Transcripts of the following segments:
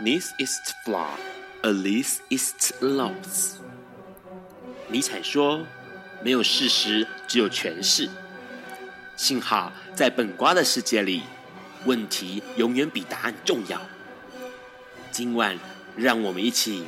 This is flaw, at least it's loss。尼采说：“没有事实，只有诠释。”幸好在本瓜的世界里，问题永远比答案重要。今晚，让我们一起。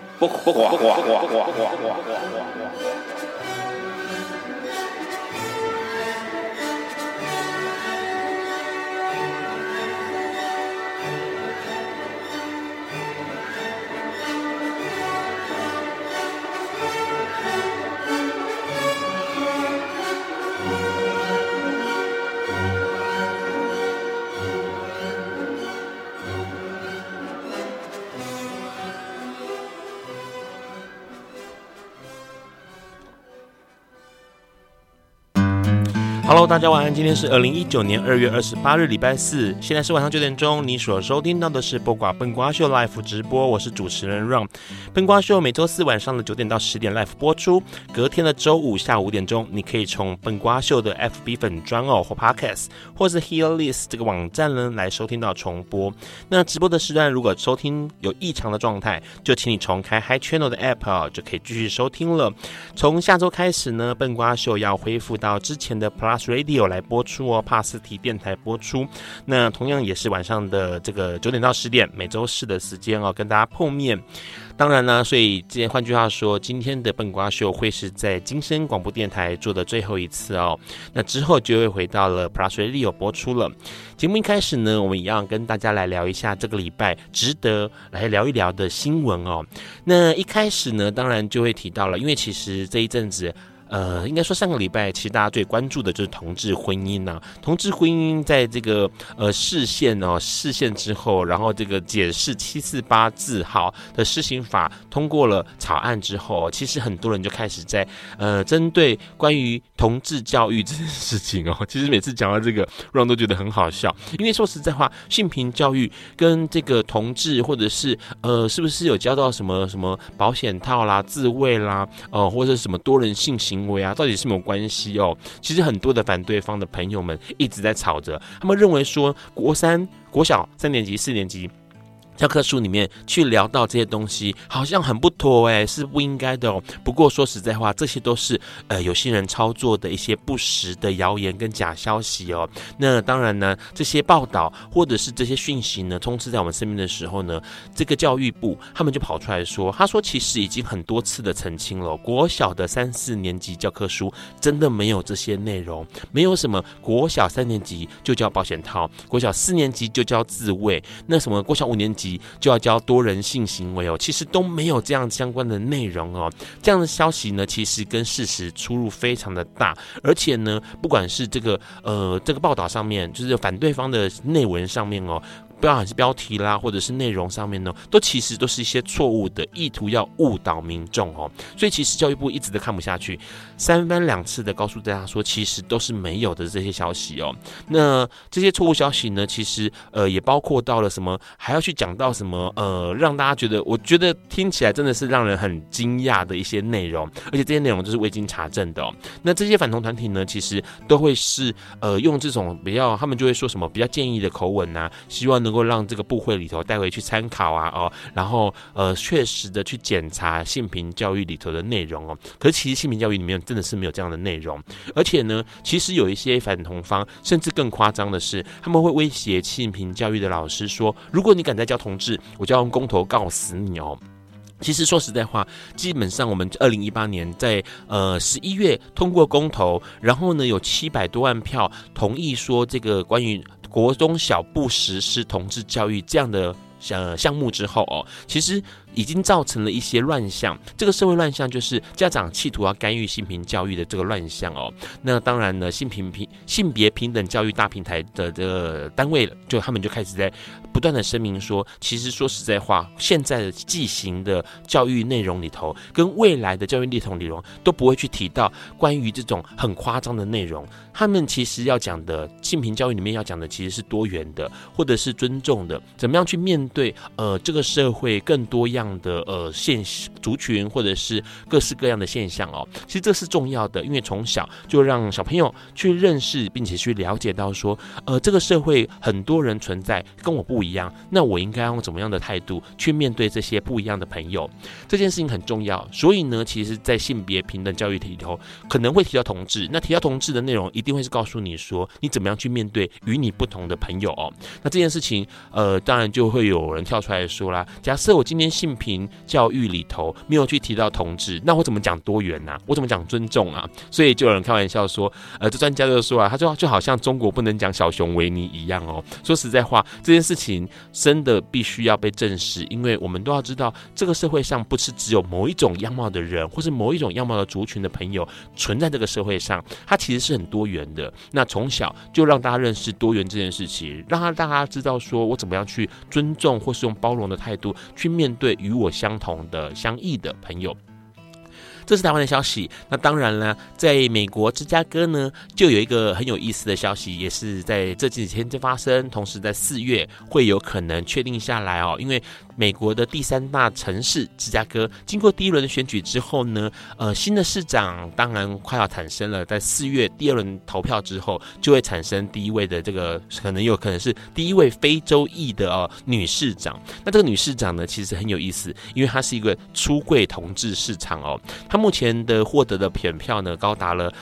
Hello， 大家晚安。今天是2019年2月28日，礼拜四，现在是晚上9点钟。你所收听到的是播瓜笨瓜秀 Live 直播，我是主持人 Ron。笨瓜秀每周四晚上的9点到10点 Live 播出，隔天的周五下午5点钟，你可以从笨瓜秀的 FB 粉专或 Podcast， 或是 Hearlist 这个网站呢来收听到重播。那直播的时段如果收听有异常的状态，就请你重开 Hi Channel 的 App 就可以继续收听了。从下周开始呢，笨瓜秀要恢复到之前的 Plus Radio 来播出哦，帕斯提电台播出。那同样也是晚上的这个9点到10点，每周四的时间哦，跟大家碰面。当然呢，所以换句话说，今天的笨瓜秀会是在金声广播电台做的最后一次哦。那之后就会回到了 Plus Radio 播出了。节目一开始呢，我们一样跟大家来聊一下这个礼拜值得来聊一聊的新闻哦。那一开始呢，当然就会提到了，因为其实这一阵子。应该说上个礼拜，其实大家最关注的就是同志婚姻啊。同志婚姻在这个释宪之后，然后这个解释748字号的施行法通过了草案之后，其实很多人就开始在针对关于同志教育这件事情哦，其实每次讲到这个，让都觉得很好笑，因为说实在话，性平教育跟这个同志或者是是不是有教到什么保险套啦、自卫啦，或者什么多人性行为啊，到底是没有关系哦。其实很多的反对方的朋友们一直在吵着，他们认为说国小3年级、4年级教科书里面去聊到这些东西，好像很不妥是不应该的哦。不过说实在话，这些都是有心人操作的一些不实的谣言跟假消息哦。那当然呢，这些报道或者是这些讯息呢，充斥在我们身边的时候呢，这个教育部他们就跑出来说，他说其实已经很多次的澄清了，国小的3、4年级教科书真的没有这些内容，没有什么国小3年级就教保险套，国小4年级就教自卫，那什么国小5年级就要教多人性行为哦，其实都没有这样相关的内容哦。这样的消息呢，其实跟事实出入非常的大，而且呢，不管是这个报道上面，就是反对方的内文上面哦。不管是标题啦，或者是内容上面呢，其实都是一些错误的，意图要误导民众哦。所以其实教育部一直都看不下去，3番2次的告诉大家说，其实都是没有的这些消息哦。那这些错误消息呢，其实也包括到了什么，还要去讲到什么让大家觉得，我觉得听起来真的是让人很惊讶的一些内容，而且这些内容就是未经查证的哦。那这些反同团体呢，其实都会是用这种比较，他们就会说什么比较建议的口吻啊，希望能够让这个部会里头带回去参考啊然后确实的去检查性平教育里头的内容哦。可是其实性平教育里面真的是没有这样的内容，而且呢，其实有一些反同方甚至更夸张的是，他们会威胁性平教育的老师说，如果你敢再教同志，我就要用公投告死你哦。其实说实在话，基本上我们2018年在11月通过公投，然后呢有700多万票同意说这个关于国中小不实施同志教育这样的项目之后哦，其实已经造成了一些乱象。这个社会乱象就是家长企图要干预性平教育的这个乱象哦。那当然呢，性别平等教育大平台的这个单位，他们就开始在不断的声明说，其实说实在话，现在的既行的教育内容里头，跟未来的教育内容都不会去提到关于这种很夸张的内容。他们其实要讲的性平教育里面要讲的其实是多元的，或者是尊重的，怎么样去面对这个社会更多样样的族群，或者是各式各样的现象哦。其实这是重要的，因为从小就让小朋友去认识，并且去了解到说，这个社会很多人存在跟我不一样，那我应该用怎么样的态度去面对这些不一样的朋友，这件事情很重要。所以呢，其实在性别平等教育里头可能会提到同志，那提到同志的内容一定会是告诉你说你怎么样去面对与你不同的朋友哦。那这件事情当然就会有人跳出来说啦，假设我今天性平教育里头没有去提到同志，那我怎么讲多元啊？我怎么讲尊重啊？所以就有人开玩笑说，这专家就说啊，他就好像中国不能讲小熊维尼一样哦。说实在话，这件事情真的必须要被正视，因为我们都要知道，这个社会上不是只有某一种样貌的人，或是某一种样貌的族群的朋友存在这个社会上，它其实是很多元的。那从小就让大家认识多元这件事情，让大家知道说我怎么样去尊重或是用包容的态度去面对与我相同的相异的朋友。这是台湾的消息。那当然了，在美国芝加哥呢，就有一个很有意思的消息，也是在这几天就发生，同时在4月会有可能确定下来哦。因为美国的第3大城市芝加哥，经过第1轮的选举之后呢，新的市长当然快要产生了，在4月第2轮投票之后，就会产生第1位的这个，可能是第1位非洲裔的女市长。那这个女市长呢，其实很有意思，因为她是一个出柜同志市长哦。他目前的获得的选票呢，高达了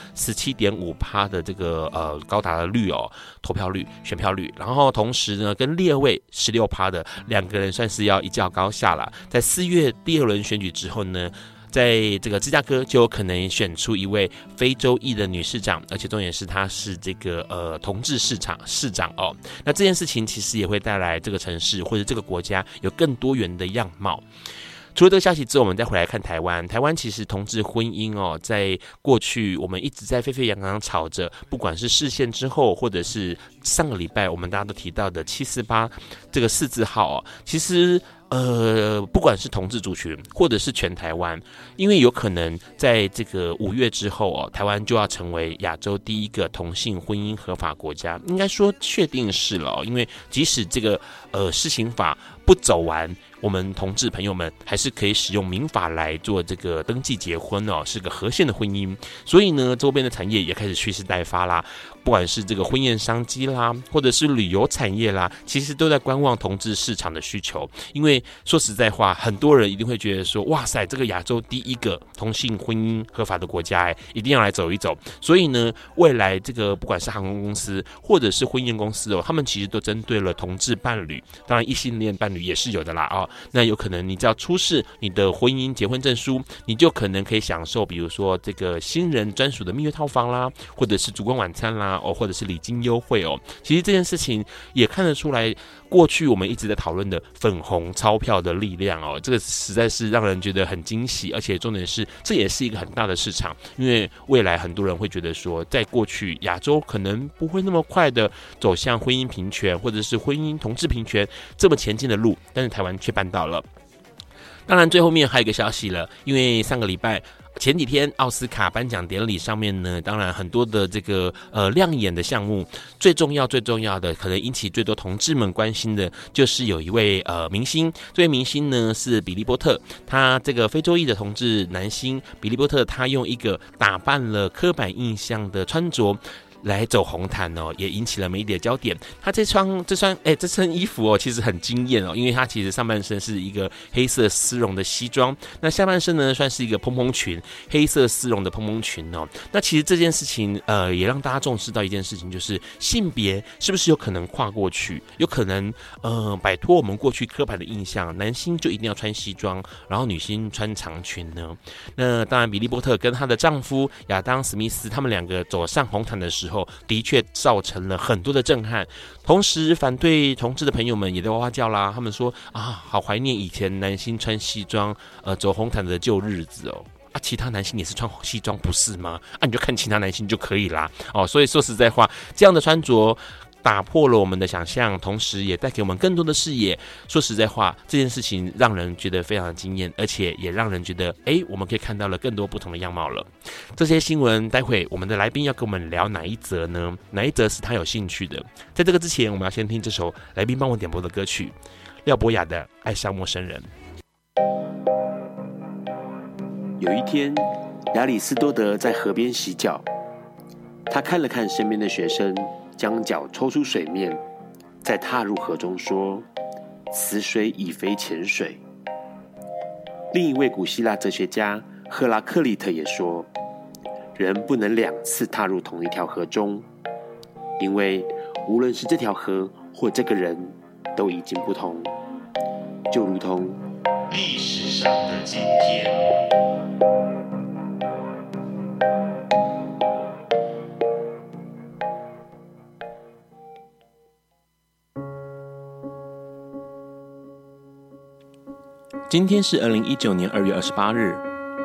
17.5% 的这个高达的率哦，投票率、选票率。然后同时呢，跟列位 16% 的两个人算是要一较高下了。在4月第2轮选举之后呢，在这个芝加哥就有可能选出一位非洲裔的女市长，而且重点是她是这个同志市长哦。那这件事情其实也会带来这个城市或者这个国家有更多元的样貌。除了这个消息之后，我们再回来看台湾。台湾其实同志婚姻哦，在过去我们一直在沸沸扬扬吵着，不管是释宪之后，或者是上个礼拜我们大家都提到的748这个4字号哦，其实不管是同志族群，或者是全台湾，因为有可能在这个5月之后哦，台湾就要成为亚洲第一个同性婚姻合法国家，应该说确定是了哦。因为即使这个施行法不走完，我们同志朋友们还是可以使用民法来做这个登记结婚哦，是个合宪的婚姻。所以呢，周边的产业也开始蓄势待发啦，不管是这个婚宴商机啦，或者是旅游产业啦，其实都在观望同志市场的需求。因为说实在话，很多人一定会觉得说，哇塞，这个亚洲第一个同性婚姻合法的国家，一定要来走一走。所以呢，未来这个不管是航空公司或者是婚宴公司哦，他们其实都针对了同志伴侣，当然异性恋伴侣也是有的啦哦。那有可能你只要出示你的婚姻结婚证书，你就可能可以享受，比如说这个新人专属的蜜月套房啦，或者是烛光晚餐啦，或者是礼金优惠哦。其实这件事情也看得出来，过去我们一直在讨论的粉红钞票的力量哦，这个实在是让人觉得很惊喜，而且重点是这也是一个很大的市场，因为未来很多人会觉得说，在过去亚洲可能不会那么快的走向婚姻平权，或者是婚姻同志平权这么前进的路，但是台湾却办到了。当然最后面还有一个消息了，因为上个礼拜前几天奥斯卡颁奖典礼上面呢，当然很多的这个亮眼的项目，最重要的，可能引起最多同志们关心的，就是有一位明星，这位明星呢是比利波特，他这个非洲裔的同志男星比利波特，他用一个打扮了刻板印象的穿着来走红毯哦，也引起了媒体的焦点。他这身衣服哦，其实很惊艳哦，因为他其实上半身是一个黑色丝绒的西装，那下半身呢算是一个蓬蓬裙，黑色丝绒的蓬蓬裙哦。那其实这件事情也让大家重视到一件事情，就是性别是不是有可能跨过去，有可能摆脱我们过去刻板的印象，男性就一定要穿西装，然后女性穿长裙呢？那当然，比利波特跟她的丈夫亚当史密斯他们两个走上红毯的时候，的确造成了很多的震撼。同时，反对同志的朋友们也在哇哇叫啦，他们说啊，好怀念以前男星穿西装走红毯的旧日子哦。其他男性也是穿西装不是吗？你就看其他男性就可以啦哦。所以说实在话，这样的穿着打破了我们的想象，同时也带给我们更多的视野。说实在话，这件事情让人觉得非常的惊艳，而且也让人觉得我们可以看到了更多不同的样貌了。这些新闻待会我们的来宾要跟我们聊哪一则呢？哪一则是他有兴趣的？在这个之前，我们要先听这首来宾帮我点播的歌曲，廖博雅的《爱上陌生人》。 有一天，亚里士多德在河边洗脚，他看了看身边的学生，将脚抽出水面，再踏入河中说：“此水已非前水。”另一位古希腊哲学家赫拉克利特也说：“人不能2次踏入同一条河中，因为无论是这条河或这个人，都已经不同，就如同历史上的今天。” 今天是2019年2月28日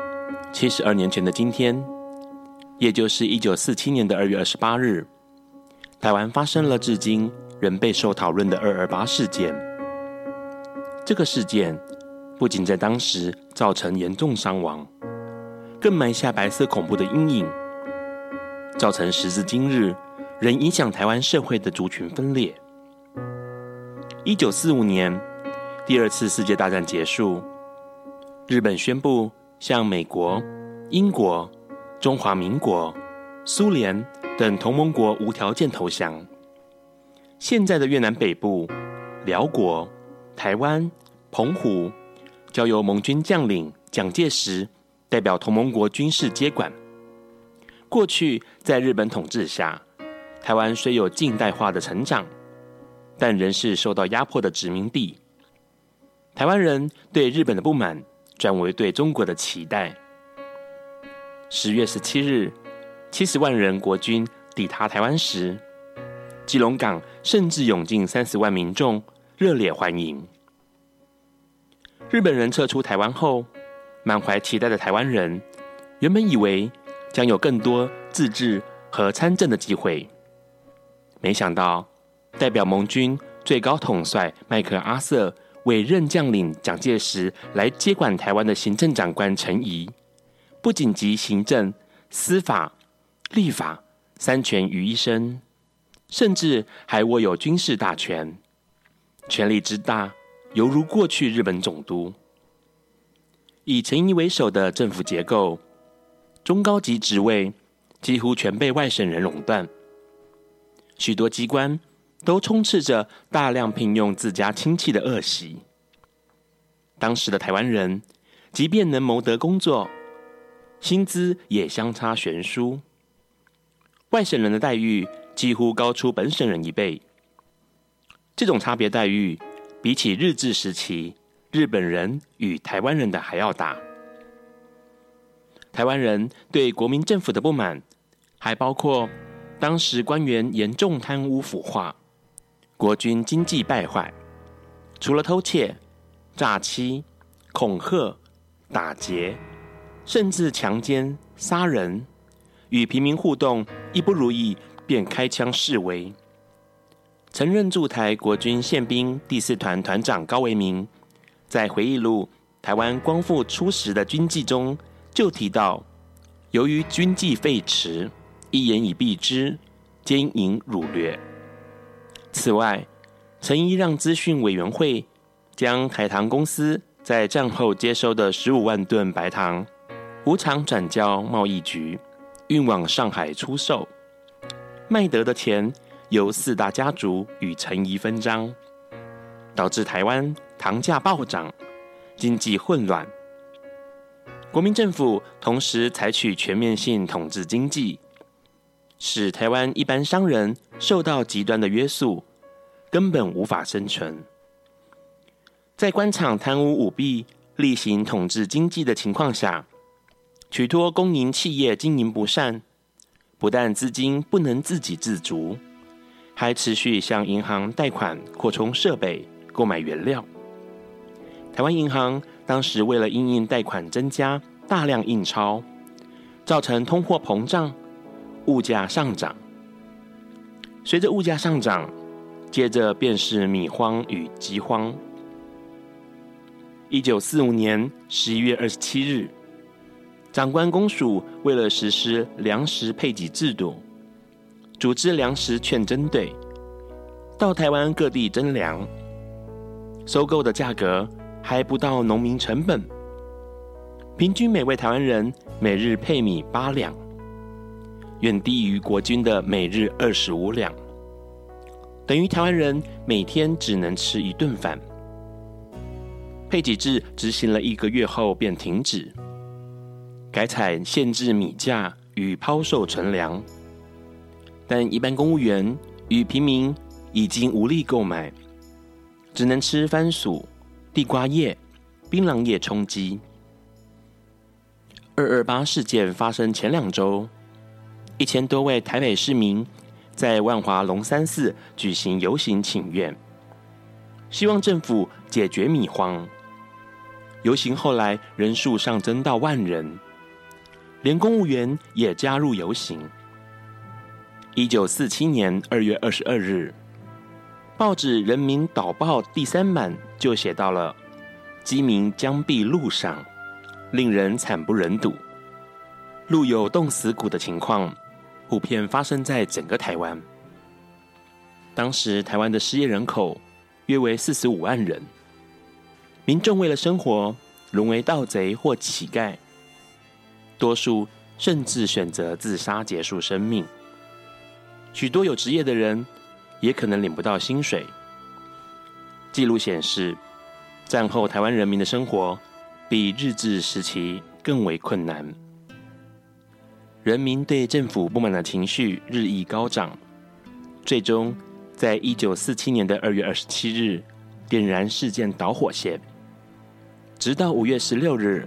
，72年前的今天，也就是1947年的2月28日，台湾发生了至今仍备受讨论的228事件。这个事件不仅在当时造成严重伤亡，更埋下白色恐怖的阴影，造成时至今日仍影响台湾社会的族群分裂。1945年，第2次世界大战结束，日本宣布向美国、英国、中华民国、苏联等同盟国无条件投降。现在的越南北部、辽国、台湾、澎湖，交由盟军将领蒋介石代表同盟国军事接管。过去在日本统治下，台湾虽有近代化的成长，但仍是受到压迫的殖民地。台湾人对日本的不满转为对中国的期待。10月17日，70万人国军抵达台湾时，基隆港甚至涌进30万民众，热烈欢迎。日本人撤出台湾后，满怀期待的台湾人原本以为将有更多自治和参政的机会，没想到代表盟军最高统帅麦克阿瑟委任将领蒋介石来接管台湾的行政长官陈仪，不仅集行政、司法、立法3权于一身，甚至还握有军事大权，权力之大，犹如过去日本总督。以陈仪为首的政府结构，中高级职位几乎全被外省人垄断，许多机关都充斥着大量聘用自家亲戚的恶习。当时的台湾人，即便能谋得工作，薪资也相差悬殊，外省人的待遇几乎高出本省人1倍。这种差别待遇，比起日治时期日本人与台湾人的还要大。台湾人对国民政府的不满，还包括当时官员严重贪污腐化，国军经济败坏，除了偷窃、诈欺、恐吓、打劫，甚至强奸、杀人，与平民互动一不如意便开枪示威。曾任驻台国军宪兵第4团团长高维明在回忆录《台湾光复初时的军纪》中就提到，由于军纪废弛，一言以蔽之，奸淫掳掠。此外，陈仪让资讯委员会将台糖公司在战后接收的15万吨白糖无偿转交贸易局，运往上海出售，卖得的钱由4大家族与陈仪分赃，导致台湾糖价暴涨，经济混乱。国民政府同时采取全面性统治经济，使台湾一般商人受到极端的约束，根本无法生存。在官场贪污舞弊、厉行统治经济的情况下，许多公营企业经营不善，不但资金不能自给自足，还持续向银行贷款扩充设备、购买原料。台湾银行当时为了因应贷款增加，大量印钞，造成通货膨胀，物价上涨。随着物价上涨，接着便是米荒与饥荒。1945年11月27日，长官公署为了实施粮食配给制度，组织粮食劝征队到台湾各地征粮，收购的价格还不到农民成本， 平均每位台湾人每日配米8两，远低于国军的每日25两，等于台湾人每天只能吃1顿饭。配给制执行了1个月后便停止，改采限制米价与抛售存粮，但一般公务员与平民已经无力购买，只能吃番薯、地瓜叶、槟榔叶充饥。228事件发生前2周，1000多位台北市民在万华龙山寺举行游行请愿，希望政府解决米荒。游行后来人数上增到10000人，连公务员也加入游行。1947年2月22日，报纸《人民导报》第3版就写到了饥民僵斃路上，令人惨不忍睹，路有冻死骨的情况普遍发生在整个台湾。当时台湾的失业人口约为45万人，民众为了生活沦为盗贼或乞丐，多数甚至选择自杀结束生命。许多有职业的人也可能领不到薪水。记录显示，战后台湾人民的生活比日治时期更为困难，人民对政府不满的情绪日益高涨，最终在1947年2月27日点燃事件导火线，直到5月16日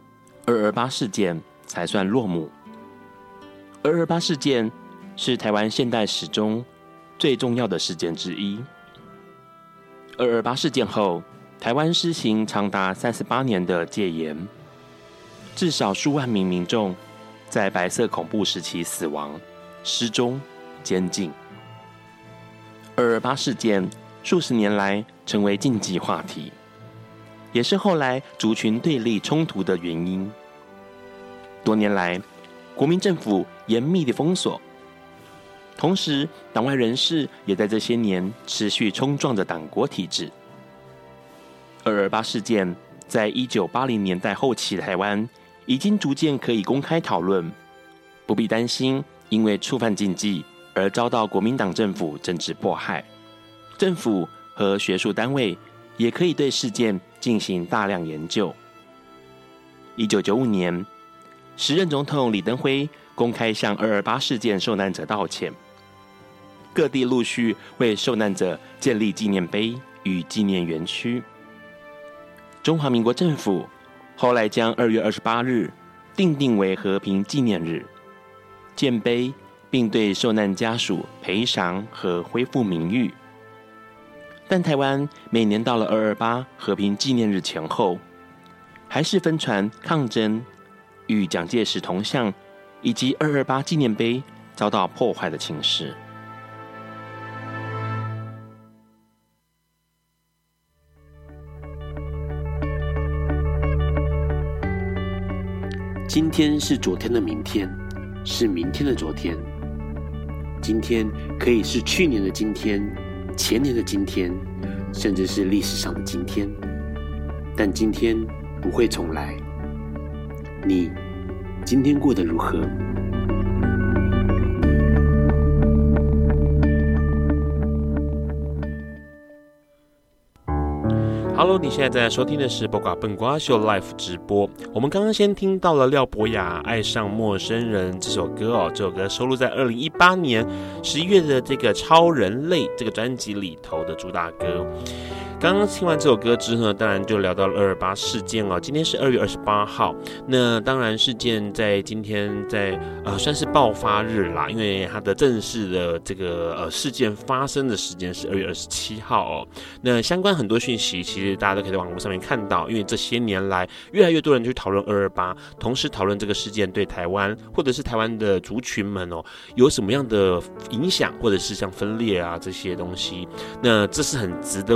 228事件才算落幕。228事件是台湾现代史中最重要的事件之一。228事件后，台湾施行长达38年的戒严，至少数万名民众在白色恐怖时期死亡、失踪、监禁。228事件数十年来成为禁忌话题，也是后来族群对立冲突的原因。多年来，国民政府严密的封锁，同时党外人士也在这些年持续冲撞着党国体制。228事件在1980年代后期的台湾已经逐渐可以公开讨论，不必担心因为触犯禁忌而遭到国民党政府政治迫害。政府和学术单位也可以对事件进行大量研究。1995年，时任总统李登辉公开向228事件受难者道歉，各地陆续为受难者建立纪念碑与纪念园区。中华民国政府后来将2月28日定为和平纪念日，建碑并对受难家属赔偿和恢复名誉。但台湾每年到了228和平纪念日前后，还是分传抗争与蒋介石铜像以及228纪念碑遭到破坏的情势。 今天是昨天的明天，是明天的昨天。今天可以是去年的今天、前年的今天，甚至是历史上的今天。但今天不会重来。你今天过得如何 ？Hello， 你现在在收听的是八卦笨瓜秀 Live 直播。我们刚刚先听到了廖博雅《爱上陌生人》这首歌哦，这首歌收录在2018年11月的这个《超人类》这个专辑里头的主打歌。刚刚听完这首歌之后呢，当然就聊到了228事件哦。今天是2月28号，那当然事件在今天算是爆发日啦，因为它的正式的这个事件发生的时间是2月27号哦。那相关很多讯息，其实大家都可以在网络上面看到，因为这些年来越来越多人去讨论228，同时讨论这个事件对台湾或者是台湾的族群们哦有什么样的影响，或者是像分裂啊这些东西。那这是很值得我们去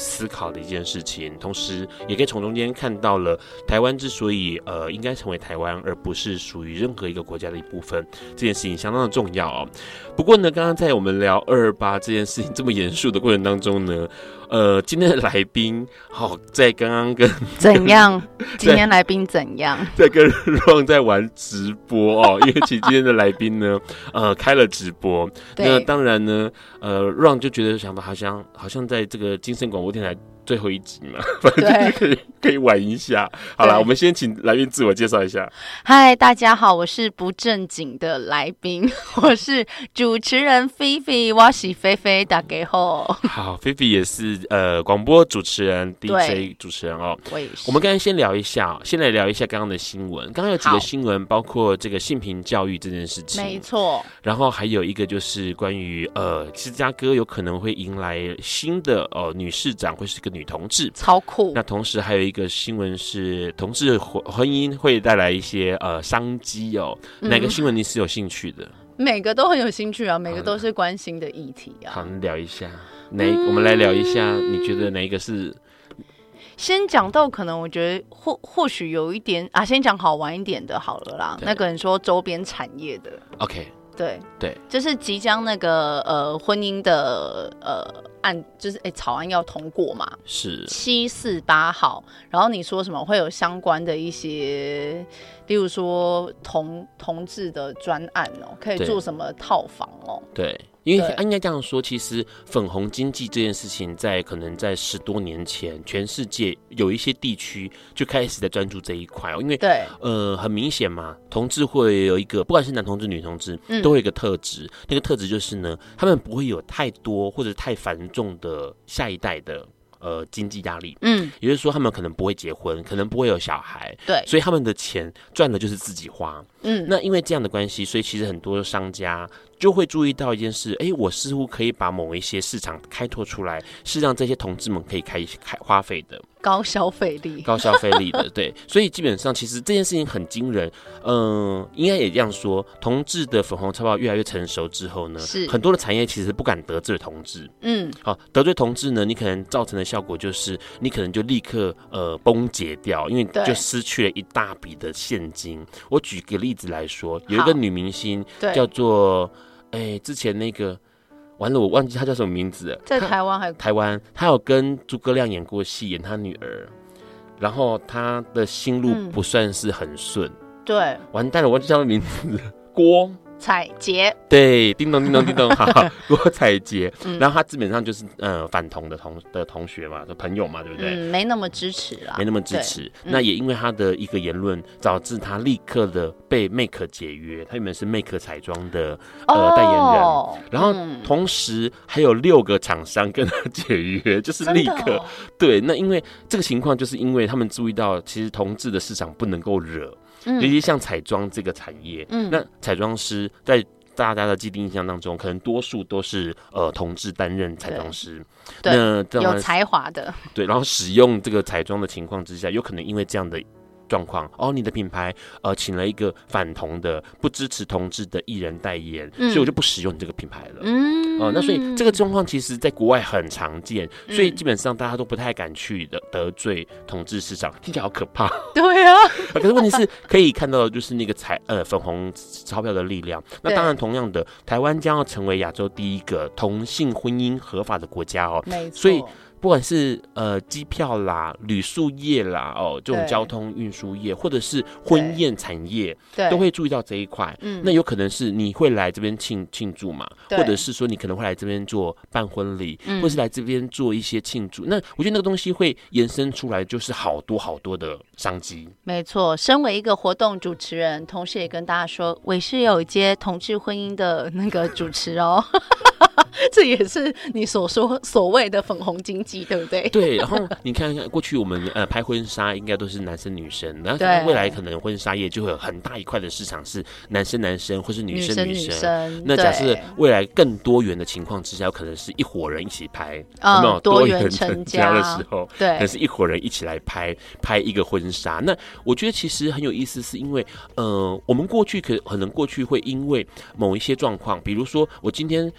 思考的一件事情，同时也可以从中间看到了台湾之所以应该成为台湾，而不是属于任何一个国家的一部分，这件事情相当的重要哦。不过呢，刚刚在我们聊228这件事情这么严肃的过程当中呢，今天的来宾在刚刚跟怎样？今天来宾怎样？ 在跟 Ron 在玩直播哦，因为其实今天的来宾呢，开了直播，那当然呢，Ron 就觉得想法好像在这个精神广播电台最后一集嘛，反正就是可以玩一下。好啦，我们先请来宾自我介绍一下。 嗨，大家好，我是不正经的来宾，我是主持人菲菲，我是菲菲，大家好。 好，菲菲也是广播主持人 DJ 主持人哦。我们刚才先来聊一下刚刚的新闻。刚刚有几个新闻，包括这个性平教育这件事情， 没错。然后还有一个就是关于芝加哥有可能会迎来新的女市长，会是个女同志， 超酷。 那同时还有一个新闻是同志婚姻会带来一些商机哦。哪个新闻你是有兴趣的？ 每个都很有兴趣啊，每个都是关心的议题啊。 好，聊一下我们来聊一下，你觉得哪一个是？ 先讲到可能我觉得或许有一点啊，先讲好玩一点的好了啦。那个人说周边产业的 ，OK。对， 就是即将那个婚姻的案，就是草案要通过嘛， 是 748号。然后你说什么会有相关的一些，例如说同志的专案哦，可以做什么套房哦？ 对。因为应该这样说，其实粉红经济这件事情可能在10多年前，全世界有一些地区就开始在专注这一块哦。因为很明显嘛，同志会有一个，不管是男同志、女同志，都会有一个特质，那个特质就是呢，他们不会有太多或者太繁重的下一代的经济压力，也就是说他们可能不会结婚，可能不会有小孩， 对， 所以他们的钱赚的就是自己花，那因为这样的关系，所以其实很多商家就会注意到一件事，我似乎可以把某一些市场开拓出来，是让这些同志们可以开花费的。 高消费力的，对，所以基本上其实这件事情很惊人。应该也这样说，同志的粉红钞票越来越成熟之后呢，很多的产业其实不敢得罪同志。得罪同志呢，你可能造成的效果就是你可能就立刻崩解掉，因为就失去了一大笔的现金。我举个例子来说，有一个女明星叫做之前那个。完了，我忘记他叫什么名字了。 在台湾， 他有跟诸葛亮演过戏，演他女儿，然后他的心路不算是很顺。对，完蛋了，我忘记叫他名字，郭采洁， 对，叮咚叮咚叮咚，好，郭采洁。然后他基本上就是反同的同学嘛，的朋友嘛，对不对？ 没那么支持啦， 没那么支持。那也因为他的一个言论，导致他立刻的被 Make 解约。他原本是 Make 彩妆的代言人，然后同时还有6个厂商跟他解约，就是立刻对。那因为这个情况，就是因为他们注意到，其实同志的市场不能够惹。尤其像彩妆这个产业，那彩妆师在大家的既定印象当中，可能多数都是同志担任彩妆师， 那有才华的， 对，然后使用这个彩妆的情况之下，有可能因为这样的状况，你的品牌请了一个反同的、不支持同志的艺人代言，所以我就不使用你这个品牌了。那所以这个状况其实在国外很常见，所以基本上大家都不太敢去得罪同志市场，听起来好可怕。 对啊， 可是问题是可以看到的就是那个粉红钞票的力量。那当然，同样的，台湾将要成为亚洲第一个同性婚姻合法的国家哦。 没错， 所以。不管是机票啦、旅宿业啦、这种交通运输业，或者是婚宴产业，都会注意到这一块。那有可能是你会来这边庆祝嘛，或者是说你可能会来这边做办婚礼，或是来这边做一些庆祝。那我觉得那个东西会延伸出来，就是好多好多的商机。 没错，身为一个活动主持人，同时也跟大家说，我是有一些同志婚姻的那个主持哦。这也是你所谓的粉红经济，对不对？ 对，然后你看看过去我们拍婚纱应该都是男生女生，然后未来可能婚纱业就会有很大一块的市场是男生或是女生。那假设未来更多元的情况之下，有可能是一伙人一起拍，有没有多元成家的时候，对，可能是一伙人一起来拍一个婚纱。那我觉得其实很有意思，是因为我们过去可能过去会因为某一些状况，比如说我今天对于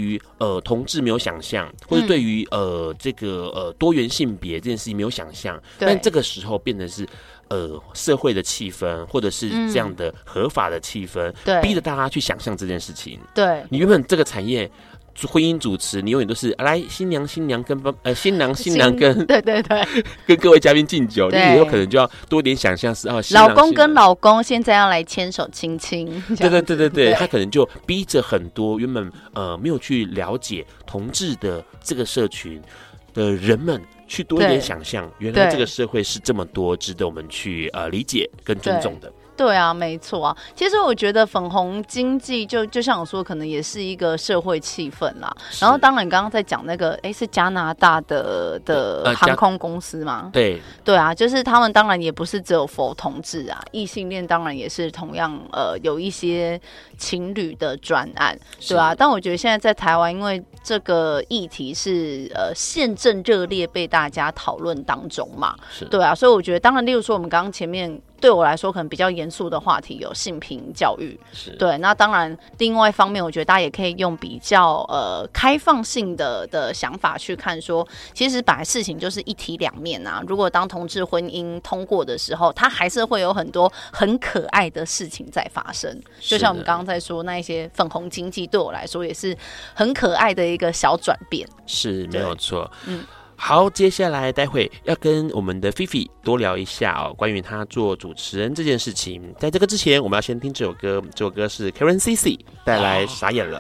于同志没有想象，或者对于这个多元性别这件事情没有想象，但这个时候变成是社会的气氛，或者是这样的合法的气氛，逼着大家去想象这件事情。 对， 你原本这个产业。婚姻主持，你永远都是来新娘跟新郎跟对跟各位嘉宾敬酒，你以后可能就要多点想象是老公跟老公现在要来牵手亲亲， 对，他可能就逼着很多原本没有去了解同志的这个社群的人们去多一点想象，原来这个社会是这么多值得我们去理解跟尊重的。 对啊，没错啊。其实我觉得粉红经济就像我说，可能也是一个社会气氛啦。然后当然，你刚刚在讲那个，是加拿大的航空公司吗？ 对啊，就是他们当然也不是只有否同志啊，异性恋当然也是同样有一些情侣的专案，对啊。但我觉得现在在台湾，因为这个议题是现正热烈被大家讨论当中嘛，对啊，所以我觉得当然，例如说我们刚刚前面。对我来说，可能比较严肃的话题有性平教育，对。那当然，另外一方面，我觉得大家也可以用比较开放性的想法去看说，其实本来事情就是一体两面啊。如果当同志婚姻通过的时候，它还是会有很多很可爱的事情在发生。就像我们刚刚在说那一些粉红经济，对我来说也是很可爱的一个小转变。 是没有错，好，接下来待会要跟我们的菲菲多聊一下关于她做主持人这件事情。在这个之前，我们要先听这首歌，这首歌是 Karen CC 带来《傻眼了》。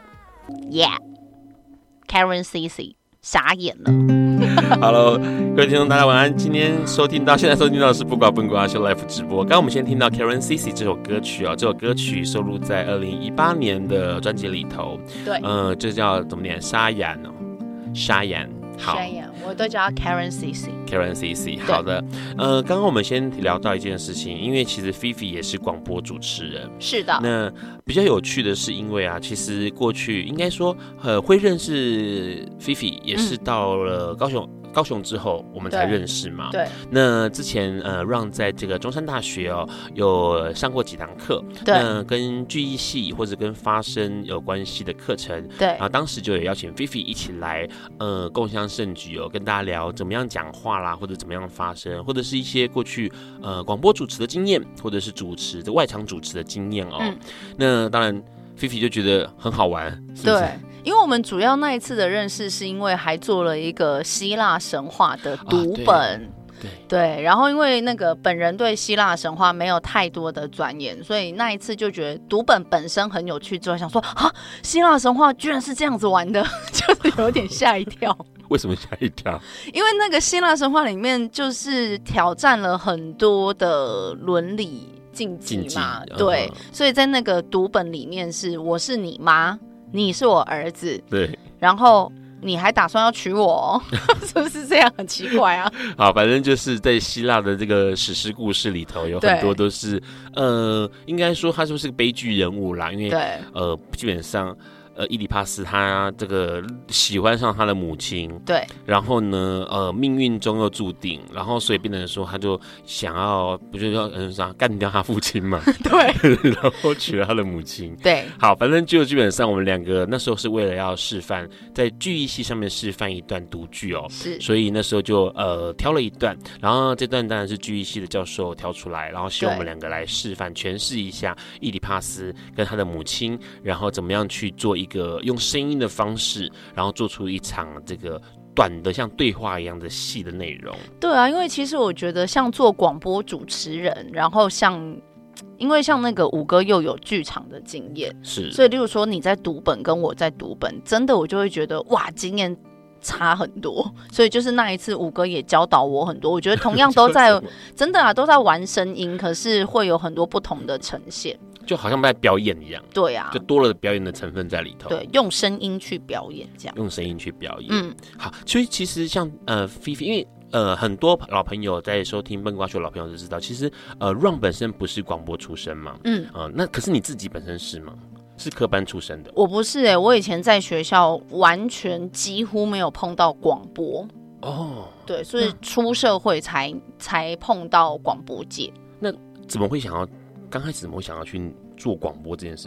Yeah，Karen CC 傻眼了。 Hello， 各位听众，大家晚安。现在收听到的是不瓜笨瓜秀 Live 直播。刚刚我们先听到 Karen CC 这首歌曲这首歌曲收录在2018年的专辑里头。 对， 这叫怎么念？沙眼沙眼。好， 我都叫他 Karen CC。Karen CC， 好的。刚刚我们先聊到一件事情，因为其实菲菲也是广播主持人。 是的。 那比较有趣的是，因为其实过去应该说，会认识菲菲也是到了高雄之后，我们才认识嘛。 对。 那之前让在这个中山大学有上过几堂课， 对。 那跟剧艺系或者跟发声有关系的课程， 对。 然后当时就有邀请菲菲一起来，共襄盛举跟大家聊怎么样讲话啦，或者怎么样发声，或者是一些过去广播主持的经验，或者是主持的外场主持的经验那当然，菲菲就觉得很好玩，是不是？ 对。因为我们主要那一次的认识，是因为还做了一个希腊神话的读本，对。然后因为那个本人对希腊神话没有太多的钻研，所以那一次就觉得读本本身很有趣，之后想说希腊神话居然是这样子玩的，就是有点吓一跳。 为什么吓一跳？ 因为那个希腊神话里面就是挑战了很多的伦理禁忌嘛，对。所以在那个读本里面是我是你妈，你是我儿子， 对， 然后你还打算要娶我是不是这样？很奇怪啊。 好，反正就是在希腊的这个史诗故事里头，有很多都是应该说他是不是个悲剧人物啦？因为基本上。伊底帕斯他这个喜欢上他的母亲， 对， 然后呢，命运中又注定，然后所以变成说他就想要，不就要干掉他父亲嘛， 对， 然后娶了他的母亲， 对， 好，反正就基本上我们两个那时候是为了要示范，在剧艺系上面示范一段读剧是， 所以那时候就挑了一段，然后这段当然是剧艺系的教授挑出来，然后希望我们两个来示范诠释一下伊底帕斯跟他的母亲，然后怎么样去做一个用声音的方式，然后做出一场这个短的像对话一样的戏的内容。 对啊，因为其实我觉得像做广播主持人，然后因为像那个五哥又有剧场的经验， 是， 所以例如说你在读本跟我在读本，真的我就会觉得哇，经验差很多。所以就是那一次五哥也教导我很多，我觉得同样都在真的都在玩声音，可是会有很多不同的呈现， 就好像在表演一样。 对啊， 就多了表演的成分在里头。 对，用声音去表演，这样用声音去表演。好，所以其实像菲菲，因为很多老朋友在收听笨瓜秀，老朋友就知道，其实Ron 本身不是广播出身嘛，那可是你自己本身是吗？是科班出身的？ 我不是我以前在学校完全几乎没有碰到广播对，所以出社会才碰到广播界。 那怎么会想要刚开始怎么会想要去做广播这件事情？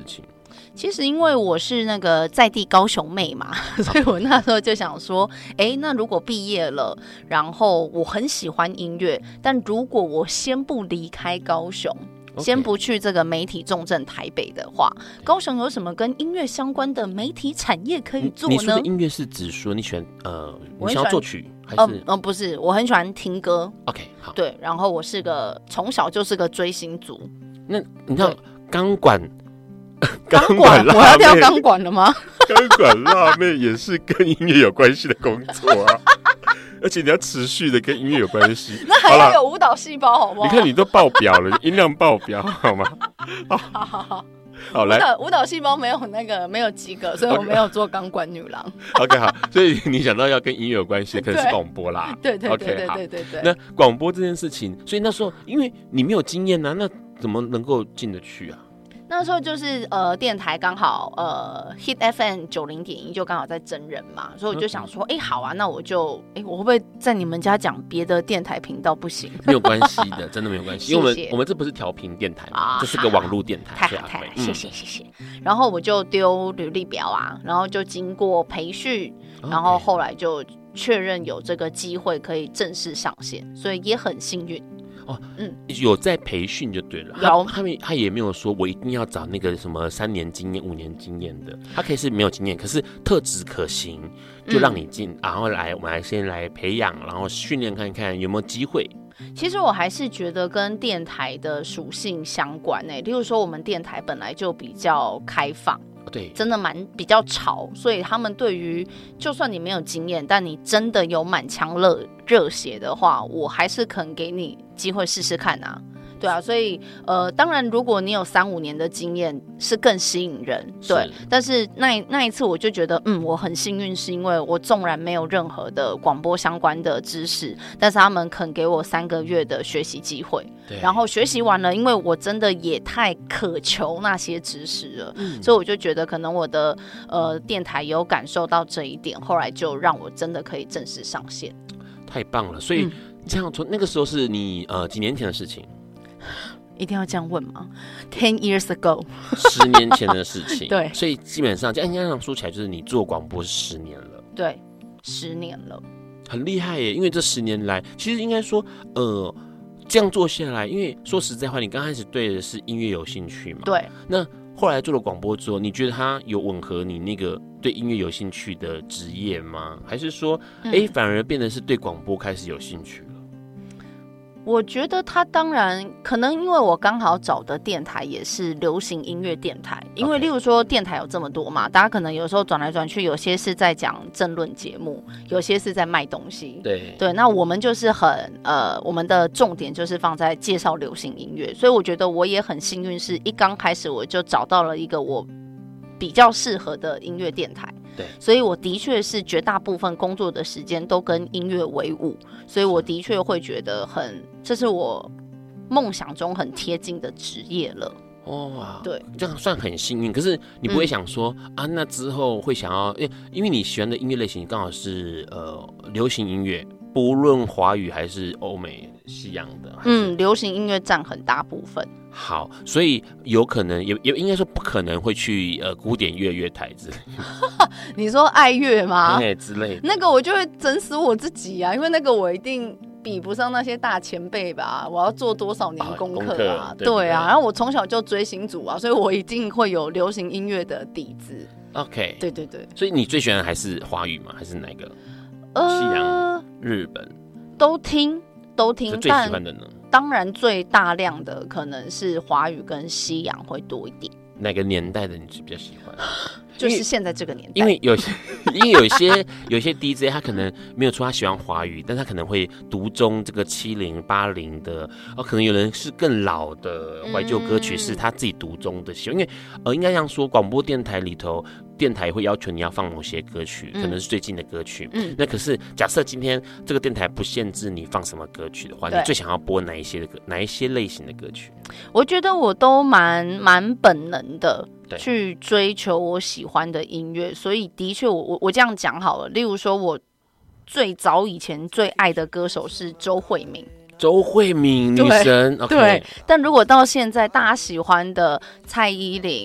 其实因为我是那个在地高雄妹嘛，所以我那时候就想说，那如果毕业了，然后我很喜欢音乐，但如果我先不离开高雄。先不去这个媒体重镇台北的话，高雄有什么跟音乐相关的媒体产业可以做呢？ 你说的音乐是指说你喜欢你想要作曲还是？ 不是，我很喜欢听歌。 OK， 好。 对，然后我从小就是个追星族。 那你知道钢管我要跳钢管了吗？ 钢管辣妹也是跟音乐有关系的工作啊。而且你要持续的跟音乐有关系， 那还要有舞蹈细胞，好不好？ 你看你都爆表了，音量爆表，好吗？好，来， 舞蹈细胞没有及格，所以我没有做钢管女郎。 OK， 好，所以你想到要跟音乐有关系，可能是广播啦。 对。 那广播这件事情，所以那时候因为你没有经验啊，那怎么能够进得去啊？ 那时候就是电台刚好Hit FM 90.1就刚好在征人嘛，所以我就想说，好啊，那我就我会不会在你们家讲别的电台频道不行？ 没有关系的，真的没有关系，因为我们这不是调频电台嘛，这是个网络电台。 太好，谢谢。然后我就丢履历表啊，然后就经过培训，然后后来就确认有这个机会可以正式上线，所以也很幸运。 有在培训就对了。他也没有说我一定要找那个什么3年经验、5年经验的，他可以是没有经验，可是特质可行，就让你进，然后我们先来培养，然后训练看看有没有机会。 其实我还是觉得跟电台的属性相关例如说我们电台本来就比较开放。 对， 真的比较潮，所以他们对于就算你没有经验，但你真的有满腔热血的话，我还是肯给你机会试试看啊。对啊，所以当然如果你有3-5年的经验是更吸引人，对。但是那一次我就觉得我很幸运，是因为我纵然没有任何的广播相关的知识，但是他们肯给我3个月的学习机会，然后学习完了，因为我真的也太渴求那些知识了，所以我就觉得可能我的电台有感受到这一点，后来就让我真的可以正式上线。 太棒了！所以这样从那个时候是你几年前的事情？ 一定要这样问吗 ？10 years ago， 10年前的事情。 对， 所以基本上这样说起来，就是你做广播是10年了。 对，10年了， 很厉害耶！因为这10年来，其实应该说，这样做下来，因为说实在话，你刚开始对的是音乐有兴趣嘛？ 对。 那后来做了广播之后，你觉得它有吻合你那个对音乐有兴趣的职业吗？还是说，反而变得是对广播开始有兴趣了？ 我觉得他当然可能因为我刚好找的电台也是流行音乐电台，因为例如说电台有这么多嘛，大家可能有时候转来转去，有些是在讲政论节目，有些是在卖东西。对，那我们就是我们的重点就是放在介绍流行音乐，所以我觉得我也很幸运，是一刚开始我就找到了一个我比较适合的音乐电台。 对， 所以我的确是绝大部分工作的时间都跟音乐为伍，所以我的确会觉得这是我梦想中很贴近的职业了。 哇， 对， 这样算很幸运。可是你不会想说、那之后会想要，因为你喜欢的音乐类型刚好是流行音乐，不论华语还是欧美西洋的， 流行音乐占很大部分。 好，所以有可能也应该说不可能会去古典乐台之类的。 你说爱乐吗？ 之类的， 那个我就会整死我自己啊，因为那个我一定比不上那些大前辈吧，我要做多少年功课啊？对啊，然后我从小就追星族啊，所以我一定会有流行音乐的底子。 OK， 对， 所以你最喜欢的还是华语吗？还是哪个？西洋、日本都听。 最喜欢的呢？ 当然最大量的可能是华语跟西洋会多一点。 哪个年代的你是比较喜欢？ 就是现在这个年代， 因为有些 DJ 他可能没有说他喜欢华语，但他可能会独钟这个70、80的，可能有人是更老的怀旧歌曲是他自己独钟的喜欢，因为应该这样说，广播电台里头。电台会要求你要放某些歌曲，可能是最近的歌曲。那可是假设今天这个电台不限制你放什么歌曲的话，你最想要播哪一些类型的歌曲？ 我觉得我都蛮本能的去追求我喜欢的音乐，所以的确我这样讲好了。例如说，我最早以前最爱的歌手是周慧敏。 周慧敏女神， 对。但如果到现在大家喜欢的蔡依林、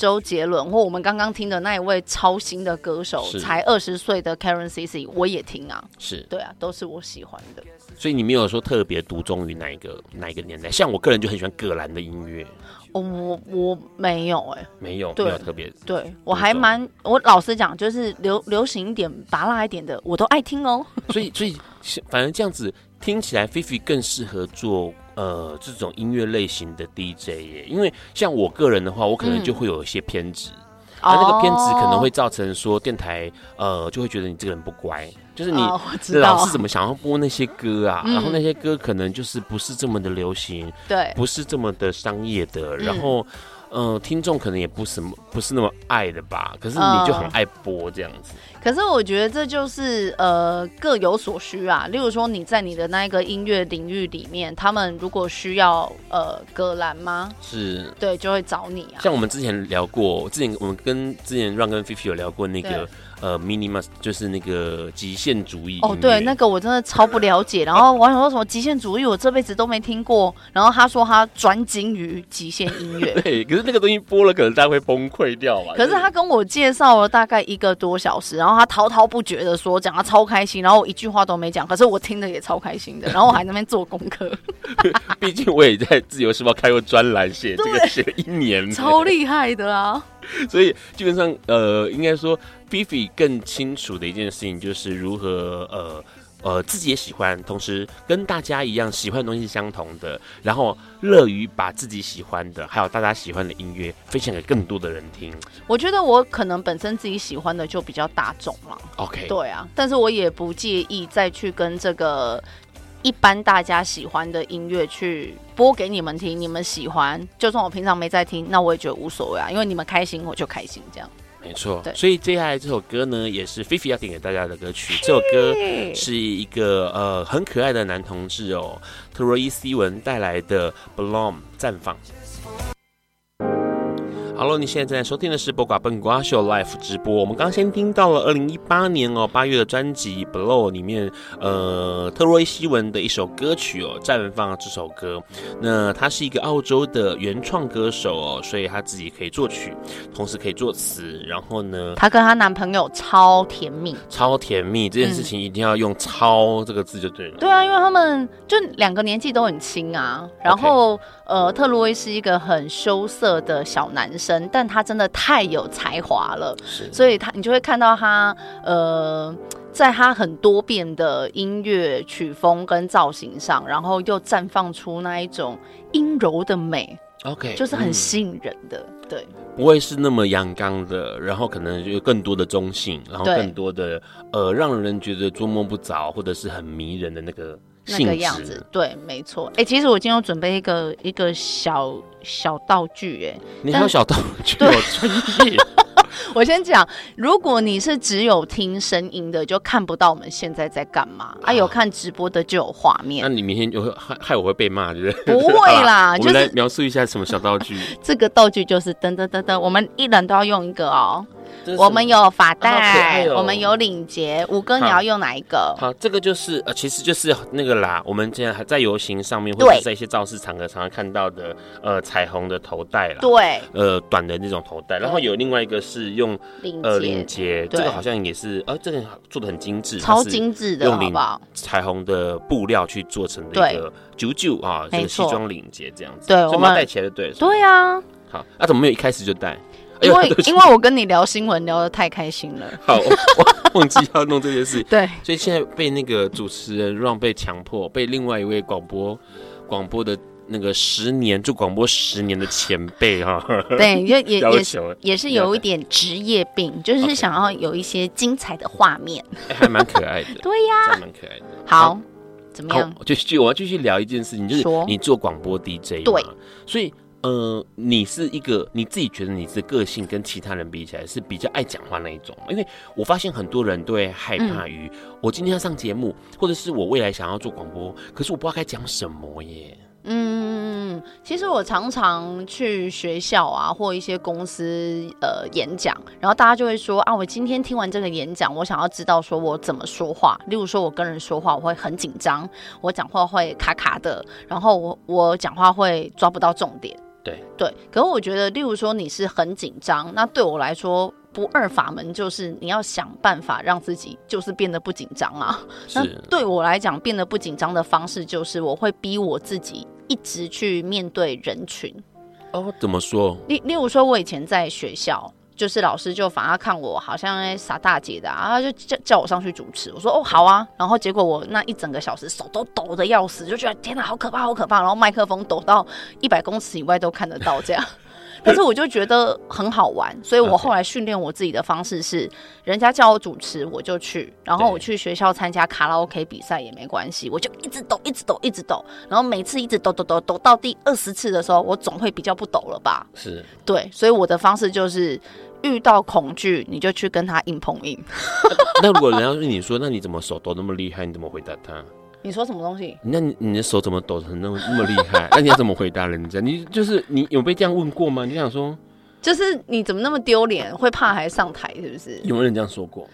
周杰伦，或我们刚刚听的那一位超新的歌手，才20岁的 Karen CC， 我也听啊。 是， 对啊，都是我喜欢的。 所以你没有说特别独钟于哪一个年代？像我个人就很喜欢葛兰的音乐。 我没有没有特别。 对，我还我老实讲，就是流行一点、拔辣一点的，我都爱听哦。 所以反正这样子听起来，菲菲更适合做这种音乐类型的 DJ 耶。因为像我个人的话，我可能就会有一些偏执。那个偏执可能会造成说电台就会觉得你这个人不乖，就是你老是怎么想要播那些歌啊，然后那些歌可能就是不是这么的流行， 对， 不是这么的商业的，然后听众可能也不是那么爱的吧，可是你就很爱播这样子。 可是我觉得这就是各有所需啊。例如说你在你的那一个音乐领域里面，他们如果需要葛兰吗？ 是， 对，就会找你啊。 像我们之前聊过，我们之前 Ron 跟 Fifi 有聊过那个minimus， 就是那个极限主义。 哦，对，那个我真的超不了解。然后我想说什么极限主义，我这辈子都没听过。然后他说他专精于极限音乐。 对，可是那个东西播了，可能大家会崩溃掉嘛。 可是他跟我介绍了大概1个多小时，然后他滔滔不绝的说，讲他超开心，然后我一句话都没讲，可是我听的也超开心的，然后我还在那边做功课。 毕竟我也在自由时报开过专栏，写这个写了1年， 超厉害的啊！ 所以基本上应该说 Fifi 更清楚的一件事情就是如何自己也喜欢，同时跟大家一样喜欢的东西是相同的，然后乐于把自己喜欢的还有大家喜欢的音乐分享给更多的人听。 我觉得我可能本身自己喜欢的就比较大众嘛 OK， 对啊，但是我也不介意再去跟这个一般大家喜欢的音乐去播给你们听，你们喜欢，就算我平常没在听，那我也觉得无所谓啊，因为你们开心我就开心，这样。 没错，所以接下来这首歌呢，也是菲菲要点给大家的歌曲。这首歌是一个很可爱的男同志哦，特洛伊斯文带来的《Bloom》绽放。Hello， 你现在正在收听的是播瓜笨瓜秀 Live 直播。我们刚先听到了2018年8月的专辑《Blow》里面，特洛伊西文的一首歌曲哦，绽放这首歌。那他是一个澳洲的原创歌手哦，所以他自己可以作曲，同时可以作词。然后呢， 他跟他男朋友超甜蜜， 超甜蜜这件事情一定要用"超"这个字就对了。 对啊，因为他们就2个年纪都很轻啊，然后。特洛伊是一个很羞涩的小男生，但他真的太有才华了，所以你就会看到他在他很多变的音乐曲风跟造型上，然后又绽放出那一种阴柔的美。 OK， 就是很吸引人的，对， 不会是那么阳刚的，然后可能就更多的中性，然后更多的让人觉得捉摸不着或者是很迷人的那个样子，对，没错。其实我今天有准备一个小道具， 你还有小道具，好专业。 我先讲，如果你是只有听声音的，就看不到我们现在在干嘛啊。有看直播的就有画面。那你明天就会害我会被骂，对不对？不会啦， 我们来描述一下什么小道具。 这个道具就是噔噔噔噔，我们一人都要用一个哦。我们有发带，我们有领结。五哥，你要用哪一个？ 好，这个就是其实就是那个啦。我们现在还在游行上面，或者是在一些造势场合常常看到的彩虹的头带啦。 对， 短的那种头带。然后有另外一个是用领结，这个好像也是这个做的很精致， 超精致的，好不好？ 彩虹的布料去做成的一个啾啾啊，这个西装领结这样子。 对， 我们戴起来就对了。 对啊。 好，那怎么没有一开始就戴？ 因为我跟你聊新闻聊得太开心了， 好，我忘记要弄这件事。 对， 所以现在被那个主持人让被强迫，被另外一位广播的那个做广播10年的前辈哈， 对，也是有一点职业病，就是想要有一些精彩的画面， 还蛮可爱的。 对呀， 蛮可爱的。 好，怎么样？ 我要继续聊一件事情，就是你做广播 DJ 对， 所以。你是一个你自己觉得你的个性跟其他人比起来是比较爱讲话那一种，因为我发现很多人都会害怕于我今天要上节目，或者是我未来想要做广播，可是我不知道该讲什么耶。 其实我常常去学校啊，或一些公司演讲，然后大家就会说啊，我今天听完这个演讲，我想要知道说我怎么说话。例如说，我跟人说话，我会很紧张，我讲话会卡卡的，然后我讲话会抓不到重点。 对， 可是我觉得，例如说你是很紧张，那对我来说，不二法门就是你要想办法让自己就是变得不紧张啊。那对我来讲，变得不紧张的方式就是我会逼我自己一直去面对人群。 哦，怎么说？ 例如说，我以前在学校。就是老师就反而看我好像傻大姐的啊，他就叫我上去主持，我说哦好啊，然后结果我那一整个小时手都抖得要死，就觉得天哪好可怕好可怕，然后麦克风抖到100公尺以外都看得到这样。但是我就觉得很好玩，所以我后来训练我自己的方式是，人家叫我主持我就去，然后我去学校参加卡拉 OK 比赛也没关系，我就一直抖一直抖一直抖，然后每次一直抖到第20次的时候，我总会比较不抖了吧？ 是， 对，所以我的方式就是遇到恐惧你就去跟他硬碰硬。 那如果人家问你说，那你怎么手抖那么厉害？你怎么回答他？ 你说什么东西？ 那你的手怎么抖成那么厉害？那你要怎么回答人家？你有被这样问过吗？你想说， 就是你怎么那么丢脸，会怕还上台是不是？ 有没有人这样说过？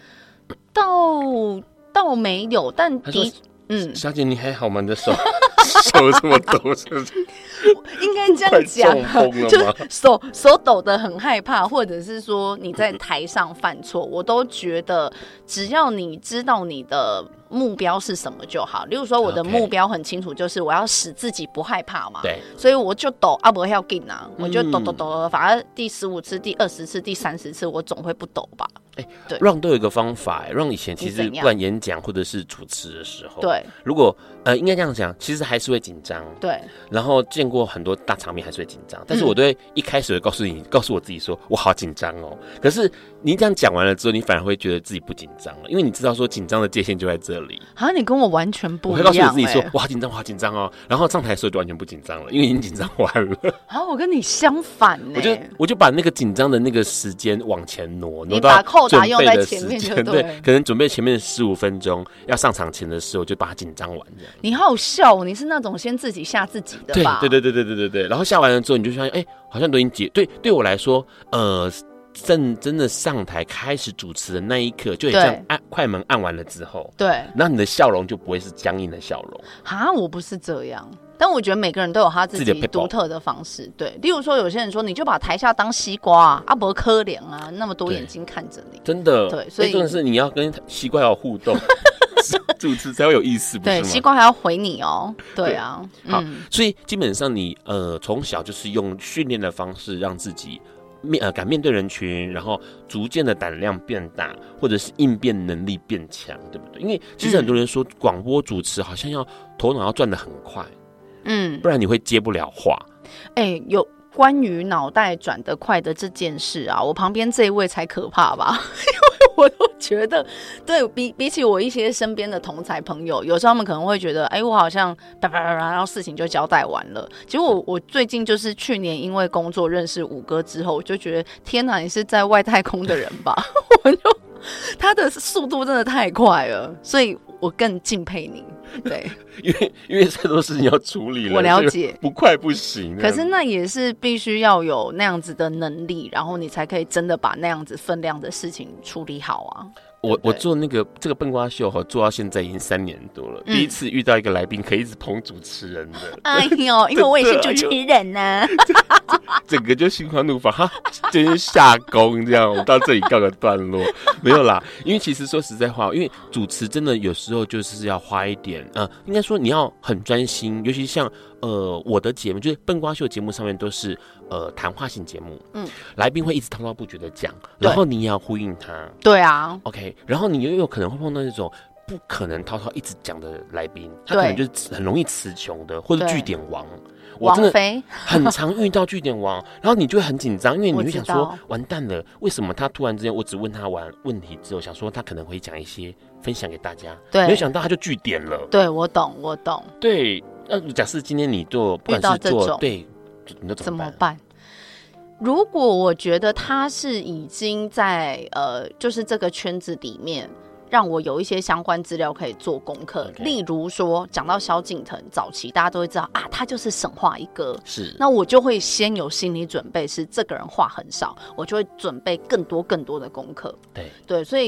倒没有，但小姐你还好吗？你的手这么抖， 应该这样讲，就是手抖得很害怕，或者是说你在台上犯错，我都觉得只要你知道你的目标是什么就好。例如说我的目标很清楚，就是我要使自己不害怕嘛，对，所以我就抖啊，不要紧啊，我就抖，反正第15次、第20次、第30次，我总会不抖吧。 对，让都有一个方法，让以前其实不管演讲或者是主持的时候， 对， 如果应该这样讲，其实还是会紧张， 对， 然后见过很多大场面还是会紧张，但是我都会一开始会告诉我自己说，我好紧张哦。可是你这样讲完了之后，你反而会觉得自己不紧张了，因为你知道说紧张的界限就在这里。 啊，你跟我完全不一样。 我会告诉我自己说，我好紧张，我好紧张哦。然后上台的时候就完全不紧张了，因为已经紧张完了。 啊，我跟你相反呢。 我就把那个紧张的那个时间往前挪到你把扣打用在前面就对， 可能准备前面15分钟要上场前的时候，就把它紧张完这样。 你好笑，你是那种先自己吓自己的吧？ 对。然后吓完了之后，你就发现，好像都已经对我来说，真的上台开始主持的那一刻，就很像快门按完了之后，对，那你的笑容就不会是僵硬的笑容。哈， 我不是这样。但我觉得每个人都有他自己独特的方式，对。例如说，有些人说，你就把台下当西瓜啊，不可怜啊，那么多眼睛看着你， 真的。 对，所以重点是你要跟西瓜有互动，主持才会有意思，不是吗？ 对，西瓜还要回你哦。对啊， 好，所以基本上你从小就是用训练的方式让自己敢面对人群，然后逐渐的胆量变大，或者是应变能力变强，对不对？因为其实很多人说广播主持好像头脑要转得很快。不然你会接不了话。 有关于脑袋转得快的这件事啊，我旁边这一位才可怕吧？因为我都觉得，对比起我一些身边的同才朋友，有时候他们可能会觉得，我好像然后事情就交代完了。结果我最近就是去年因为工作认识五哥之后，我就觉得天哪，你是在外太空的人吧？他的速度真的太快了，所以我更敬佩你。对， 因为太多事情要处理了， 我了解， 不快不行。 可是那也是必须要有那样子的能力，然后你才可以真的把那样子分量的事情处理好啊。 我做这个笨瓜秀做到现在已经3年多了，第一次遇到一个来宾可以一直捧主持人的。 哎呦，因为我也是主持人呢、 整个就心花怒放，哈，就是下工这样。我到这里告个段落，没有啦。因为其实说实在话，因为主持真的有时候就是要花一点，应该说你要很专心，尤其像我的节目，就是笨瓜秀节目上面都是谈话性节目，来宾会一直滔滔不绝的讲，然后你也要呼应他。 对啊 ，OK， 然后你又有可能会碰到那种不可能滔滔一直讲的来宾，他可能就是很容易词穷的，或者句点王。我真的很常遇到句点王，然后你就会很紧张，因为你会想说完蛋了，为什么他突然之间，我只问他完问题之后，想说他可能会讲一些分享给大家，对，没有想到他就句点了。 对，我懂。 对，假设今天你做，不管是做对，你都怎么办？ 如果我觉得他是已经在就是这个圈子里面。让我有一些相关资料可以做功课，例如说讲到萧敬腾早期，大家都会知道啊，他就是神话一哥，是，那我就会先有心理准备，是这个人话很少，我就会准备更多的功课。对，所以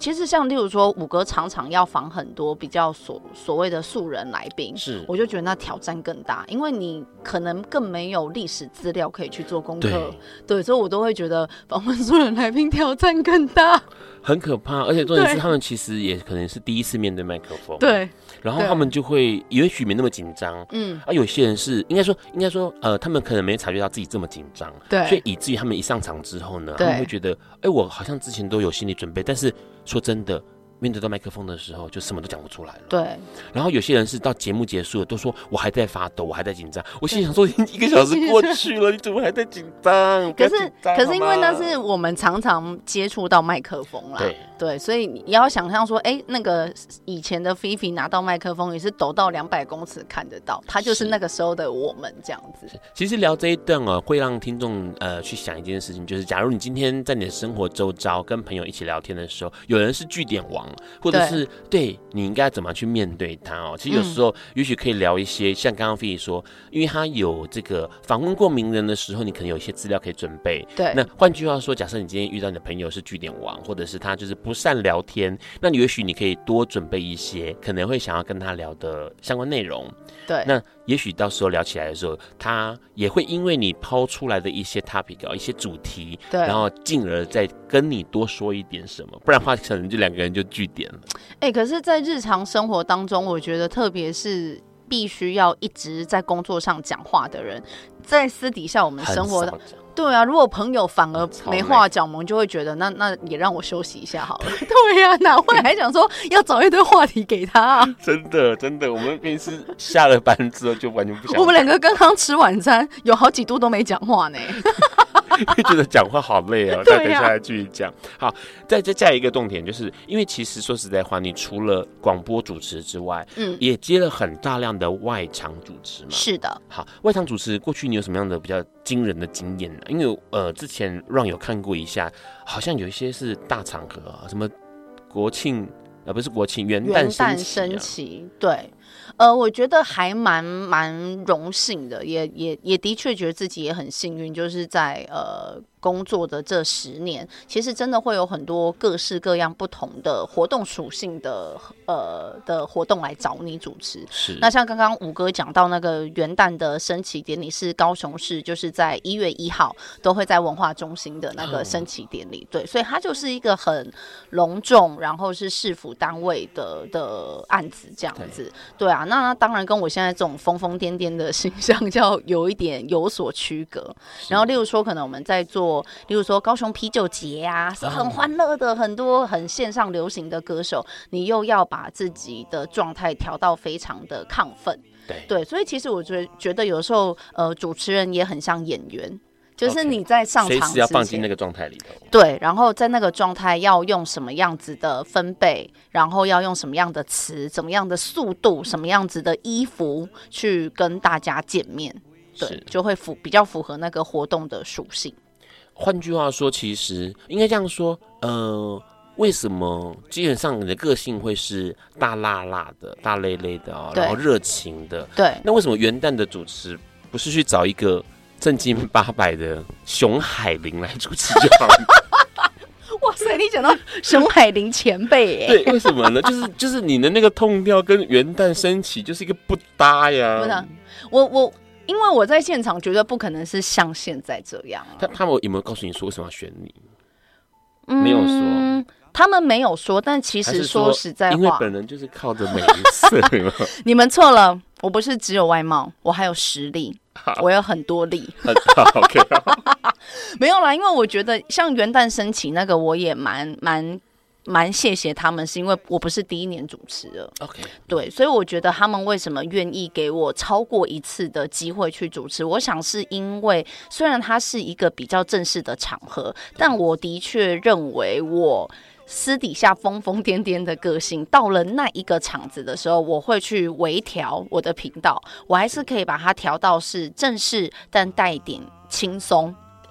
其实像例如说五哥常常要访很多比较所谓的素人来宾， 是， 我就觉得那挑战更大，因为你可能更没有历史资料可以去做功课，对，所以我都会觉得访问素人来宾挑战更大， 很可怕。而且重点是他们其实也可能是第一次面对麦克风， 对， 然后他们就会也许没那么紧张，有些人是应该说他们可能没察觉到自己这么紧张， 对， 所以以至于他们一上场之后呢，他们会觉得，我好像之前都有心理准备，但是说真的，面对到麦克风的时候，就什么都讲不出来了。 对。 然后有些人是到节目结束了，都说我还在发抖，我还在紧张。我心想说，已经1个小时过去了，你怎么还在紧张？ 可是因为那是我们常常接触到麦克风啦，对，所以你要想象说，那个以前的菲菲拿到麦克风也是抖到200公尺看得到，他就是那个时候的我们这样子。 其实聊这一段会让听众去想一件事情，就是假如你今天在你的生活周遭跟朋友一起聊天的时候，有人是句点王，或者是对你应该怎么去面对他哦。其实有时候也许可以聊一些，像刚刚菲菲说，因为他有这个访问过名人的时候，你可能有一些资料可以准备。 对， 那换句话说，假设你今天遇到你的朋友是句点王，或者是他就是不善聊天，那你也许你可以多准备一些可能会想要跟他聊的相关内容。 对， 那也许到时候聊起来的时候，他也会因为你抛出来的一些 topic 一些主题，对，然后进而再跟你多说一点什么，不然的话可能就2个人就句点了。 可是在日常生活当中，我觉得特别是必须要一直在工作上讲话的人，在私底下我们生活的，对啊，如果朋友反而没话讲，我们就会觉得那也让我休息一下好了。对啊，哪会还想说要找一堆话题给他啊？ 真的，我们平时下了班之后就完全不想。 我们2个刚刚吃晚餐，有好几度都没讲话呢。 会觉得讲话好累哦，再等下来继续讲。好，再加一个重点，就是因为其实说实在话，你除了广播主持之外，也接了很大量的外场主持嘛。 是的。 好，外场主持过去你有什么样的比较惊人的经验呢？因为之前让有看过一下，好像有一些是大场合啊，什么国庆不是国庆，元旦升旗， 对。我觉得还蛮荣幸的，也的确觉得自己也很幸运，就是在工作的这10年，其实真的会有很多各式各样不同的活动属性的活动来找你主持。 是。 那像刚刚五哥讲到那个元旦的升旗典礼，是高雄市就是在1月1号都会在文化中心的那个升旗典礼，对，所以它就是一个很隆重，然后是市府单位的案子这样子，对啊，那当然跟我现在这种疯疯癫癫的形象就有一点有所区隔。然后例如说可能我们在做例如说高雄啤酒节啊，是很欢乐的，很多很线上流行的歌手，你又要把自己的状态调到非常的亢奋，对，所以其实我觉得有时候主持人也很像演员，就是你在上场之前随时要放进那个状态里头， 对，然后在那个状态要用什么样子的分贝，然后要用什么样的词，怎么样的速度，什么样子的衣服去跟大家见面，对，就会比较符合那个活动的属性。 换句话说，其实应该这样说，为什么基本上你的个性会是大辣辣的、大累累的啊，然后热情的？ 对。 那为什么元旦的主持不是去找一个正经八百的熊海林来主持就好了？ 哇塞，你讲到熊海林前辈耶？ 对，为什么呢？就是你的那个痛调跟元旦升旗就是一个不搭呀。 不是，我。因为我在现场绝对不可能是像现在这样他们有没有告诉你说为什么要选你？没有说， 他们没有说，但其实说实在话， 因为本人就是靠着美色。 你们错了，我不是只有外貌，我还有实力，我有很多力。 OK， 没有啦，因为我觉得像元旦升旗那个，我也蛮谢谢他们，是因为我不是第1年主持了 ，OK， 对，所以我觉得他们为什么愿意给我超过1次的机会去主持，我想是因为虽然它是一个比较正式的场合，但我的确认为我私底下疯疯癫癫的个性，到了那一个场子的时候，我会去微调我的频道，我还是可以把它调到是正式，但带一点轻松。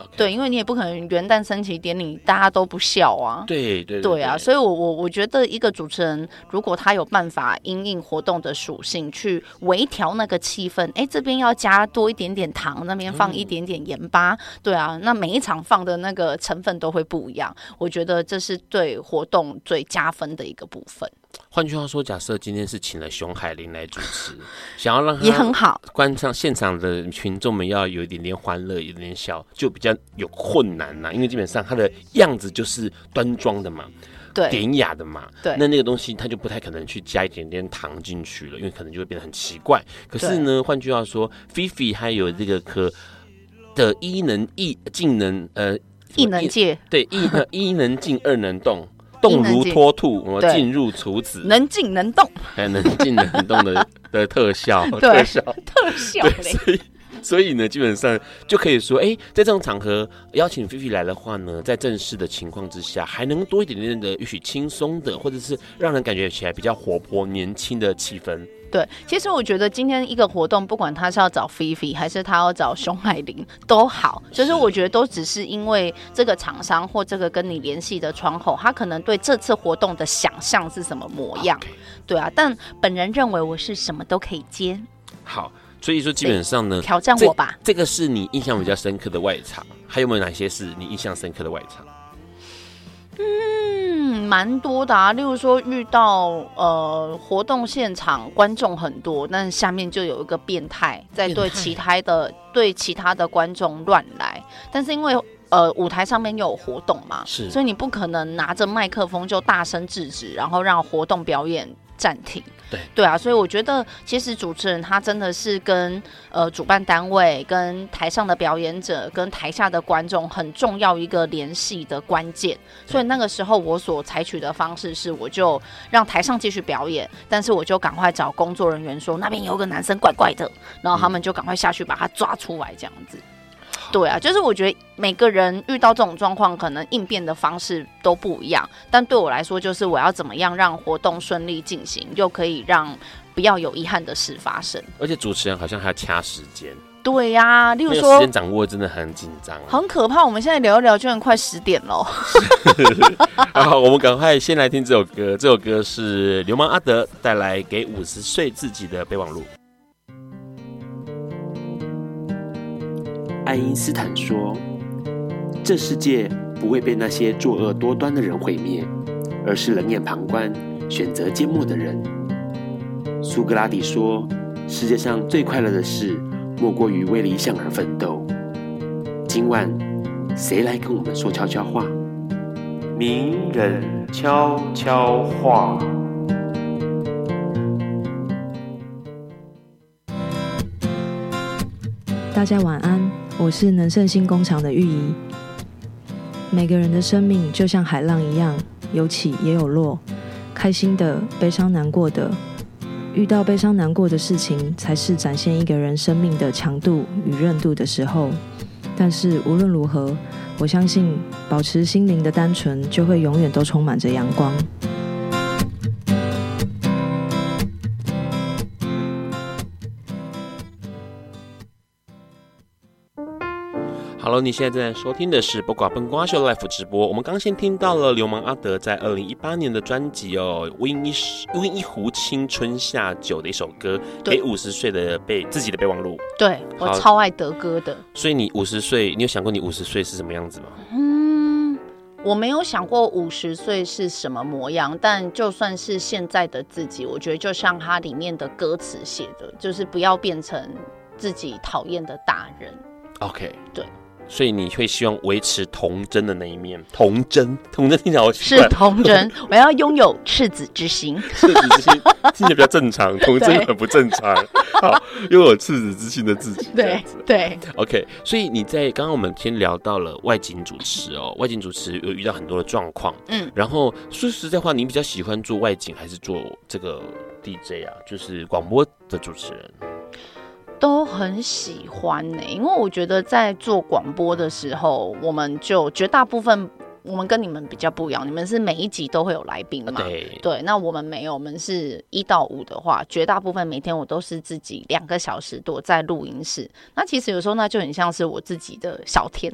对，因为你也不可能元旦升旗典礼大家都不笑啊。对啊，所以我觉得一个主持人如果他有办法因应活动的属性去微调那个气氛，这边要加多一点点糖，那边放一点点盐巴，对啊，那每一场放的那个成分都会不一样，我觉得这是对活动最加分的一个部分。 换句话说，假设今天是请了熊海林来主持，想要让他也很好， 观赏现场的群众们要有一点点欢乐，有一点点笑，就比较有困难因为基本上他的样子就是端庄的嘛， 对， 典雅的嘛， 对， 那个东西他就不太可能去加一点点糖进去了，因为可能就会变得很奇怪。可是呢，换句话说，菲菲还有这个的一能界，对，一能进二能动。动如脱兔，进入处子， 能进能动， 能进能动的特效， 特效嘞。所以呢，基本上就可以说，在这种场合邀请菲菲来的话呢，在正式的情况之下，还能多一点点的也许轻松的，或者是让人感觉起来比较活泼、年轻的气氛。 对，其实我觉得今天一个活动，不管他是要找菲菲还是他要找熊海林都好，就是我觉得都只是因为这个厂商或这个跟你联系的窗口，他可能对这次活动的想象是什么模样，对啊，但本人认为我是什么都可以接。好， 所以说基本上呢， 挑战我吧。 这个是你印象比较深刻的外场，还有没有哪些是你印象深刻的外场？ 蛮多的啊，例如说遇到活动现场观众很多，但下面就有一个变态在对其他的观众乱来，但是因为舞台上面又有活动嘛，所以你不可能拿着麦克风就大声制止，然后让活动表演暂停。对啊，所以我觉得其实主持人他真的是跟主办单位、跟台上的表演者、跟台下的观众很重要一个联系的关键。所以那个时候我所采取的方式是，我就让台上继续表演，但是我就赶快找工作人员说那边有个男生怪怪的，然后他们就赶快下去把他抓出来，这样子。对啊，就是我觉得每个人遇到这种状况，可能应变的方式都不一样。但对我来说，就是我要怎么样让活动顺利进行，又可以让不要有遗憾的事发生。而且主持人好像还要掐时间。对呀，例如说时间掌握真的很紧张，很可怕。我们现在聊一聊，居然快10点了。好，我们赶快先来听这首歌。这首歌是流氓阿德带来给50岁自己的备忘录。 爱因斯坦说，这世界不会被那些作恶多端的人毁灭，而是冷眼旁观选择缄默的人。苏格拉底说，世界上最快乐的事莫过于为理想而奋斗。今晚谁来跟我们说悄悄话？名人悄悄话。 大家晚安，我是能盛新工厂的玉怡。每个人的生命就像海浪一样，有起也有落，开心的、悲伤难过的。遇到悲伤难过的事情，才是展现一个人生命的强度与韧度的时候。但是无论如何，我相信保持心灵的单纯，就会永远都充满着阳光。 Hello， 你现在正在收听的是不寡笨瓜秀 Live 直播。我们刚先听到了流氓阿德在2018年的专辑温一壶青春下酒的一首歌，给50岁的自己的备忘录。对，我超爱德歌的。所以你50岁，你有想过你50岁是什么样子吗？ 我没有想过50岁是什么模样，但就算是现在的自己，我觉得就像它里面的歌词写的，就是不要变成自己讨厌的大人。 OK， 对。 所以你会希望维持童真的那一面，童真听起来好奇怪， 是童真，我要拥有赤子之心。 赤子之心听起来比较正常，童真很不正常。好，拥有赤子之心的自己，对 OK。所以你在刚刚我们先聊到了外景主持外景主持有遇到很多的状况，然后说实在话，你比较喜欢做外景还是做这个 DJ 啊？就是广播的主持人？ 都很喜欢因为我觉得在做广播的时候，我们就绝大部分我们跟你们比较不一样，你们是每一集都会有来宾嘛？对，那我们没有，我们是1到5的话，绝大部分每天我都是自己2个小时躲在录音室。那其实有时候那就很像是我自己的小天地。